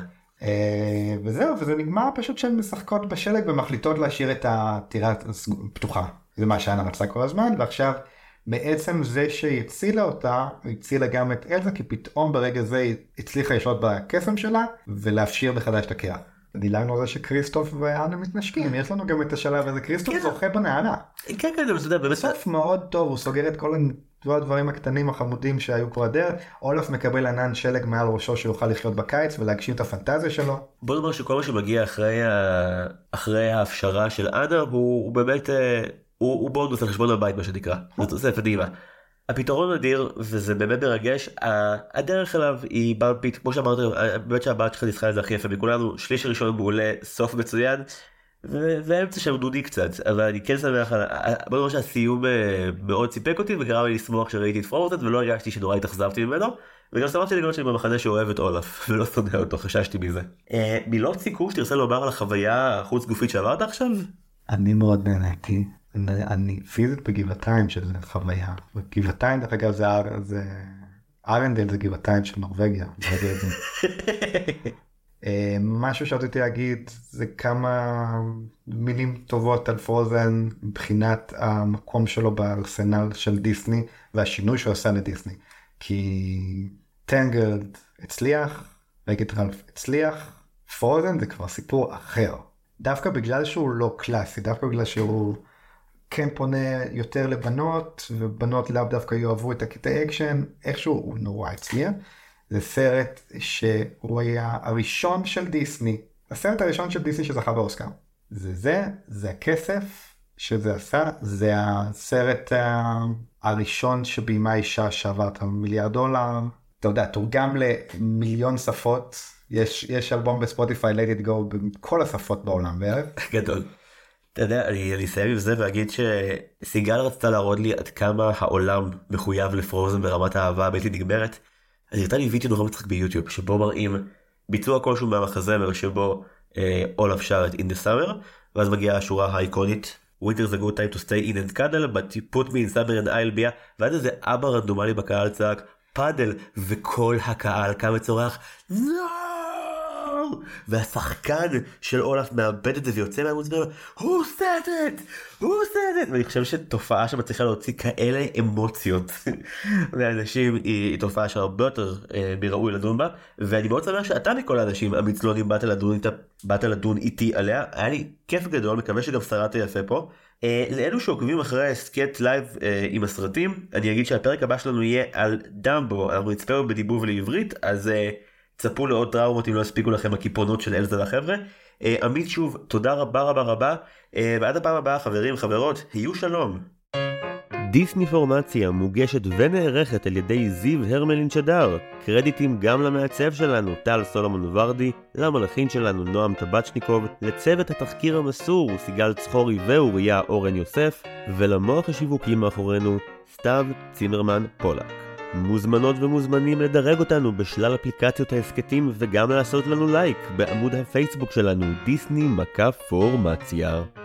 וזהו, וזה נגמר פשוט שהן משחקות בשלג ומחליטות להשאיר את הטירה פתוחה. זה מה שאנה רצה כל הזמן, ועכשיו בעצם זה שהצילה אותה, הצילה גם את אלזה, כי פתאום ברגע זה היא הצליחה לשלוט בקסם שלה ולהפשיר מחדש את הקרח. דילגנו על זה שקריסטוף ואנה מתנשקים, יש לנו גם את השלב הזה, קריסטוף זוכה בנענה. כן, כן, זה בסוף מאוד טוב, הוא סוגר את כל הדברים הקטנים החמודים שהיו פה הדרך, אולף מקבל ענן שלג מעל ראשו שיוכל לחיות בקיץ ולהגשים את הפנטזיה שלו. בוא נאמר שכל מה שמגיע אחרי ההפשרה של אנה, הוא באמת, הוא בונוס על חשבון הבית מה שנקרא, זאת תוספת דימה. הפתרון נדיר, וזה באמת מרגש, הדרך אליו היא במפית, כמו שאמרת, באמת שהבת שלך ניסחה את זה הכי יפה מכולנו, שליש הראשון מעולה, סוף מצוין, והאמצע שם דודי קצת, אבל אני כן שמח, בוא נאמר שהסיום מאוד סיפק אותי, וגרם לי לשמוח שראיתי את פרוזן, ולא הרגשתי שנורא התאכזבתי ממנו, וגם שמחתי לגלות שאני במחנה שאוהב את אולף, ולא שונא אותו, חששתי מזה. מילות סיכום שתרצה לומר על החוויה החוץ גופית שעברת עכשיו? אני מאוד נהניתי. אני פיזית בגבעתיים שזה חוויה. בגבעתיים דרך אגב זה ארנדל, זה גבעתיים של נורווגיה. משהו שרציתי להגיד זה כמה מילים טובות על פרוזן מבחינת המקום שלו בארסנל של דיסני והשינוי שהוא עשה לדיסני. כי טנגלד הצליח, רגט רלף הצליח, פרוזן זה כבר סיפור אחר. דווקא בגלל שהוא לא קלאסי, דווקא בגלל שהוא כן פונה יותר לבנות, ובנות לאו דווקא יאהבו את הקטעי אקשן, איכשהו הוא נורא הצליח. זה סרט שהוא היה הראשון של דיסני, הסרט הראשון של דיסני שזכה באוסקר. זה זה, זה הכסף שזה עשה, זה הסרט הראשון שביימה אישה שעבר את המיליארד דולר. אתה יודע, תורגם למיליון שפות, יש, יש אלבום בספוטיפיי, Let It Go, בכל השפות בעולם בערך. גדול. אתה יודע, אני, אני אסיים עם זה ואגיד שסיגל רצתה להראות לי עד כמה העולם מחויב לפרוזן ברמת האהבה הבלתי נגמרת. אז היא הרתה לי וידאו נורא מצחיק ביוטיוב, שבו מראים ביצוע כלשהו מהמחזמר, שבו אה, אולף שר את In the Summer, ואז מגיעה השורה האיקונית, Winter's a good time to stay in and cuddle, but you put me in summer and I'll be, ואז איזה אבא רנדומלי בקהל צעק, פאדל, וכל הקהל קם וצורח, no! והשחקן של אולף מאבד את זה ויוצא מהמוזיקה, who said it? who said it? ואני חושב שתופעה שמצליחה להוציא כאלה אמוציות לאנשים היא תופעה שהרבה יותר אה, מראוי לדון בה, ואני מאוד שמח שאתה מכל האנשים המצלונים באת לדון, באת לדון איתי עליה, היה לי כיף גדול, מקווה שגם שרדת יפה פה. אה, לאלו שעוקבים אחרי הסקט לייב אה, עם הסרטים, אני אגיד שהפרק הבא שלנו יהיה על דמבו, אנחנו נצפהו בדיבוב לעברית, אז אה, צפו לעוד טראומות אם לא הספיקו לכם הקיפונות של אלזה לחבר'ה. אה, עמית שוב, תודה רבה רבה רבה, אה, ועד הפעם הבאה חברים, חברות, היו שלום. דיסני פורמציה מוגשת ונערכת על ידי זיו הרמלין שדר. קרדיטים גם למעצב שלנו, טל סולומון ורדי, למלחין שלנו נועם טבצ'ניקוב, לצוות התחקיר המסור, סיגל צחורי ואוריה אורן יוסף, ולמוח השיווקי מאחורינו, סתיו צימרמן פולק. מוזמנות ומוזמנים לדרג אותנו בשלל אפליקציות העסקתים וגם לעשות לנו לייק בעמוד הפייסבוק שלנו דיסני מקף פורמציה.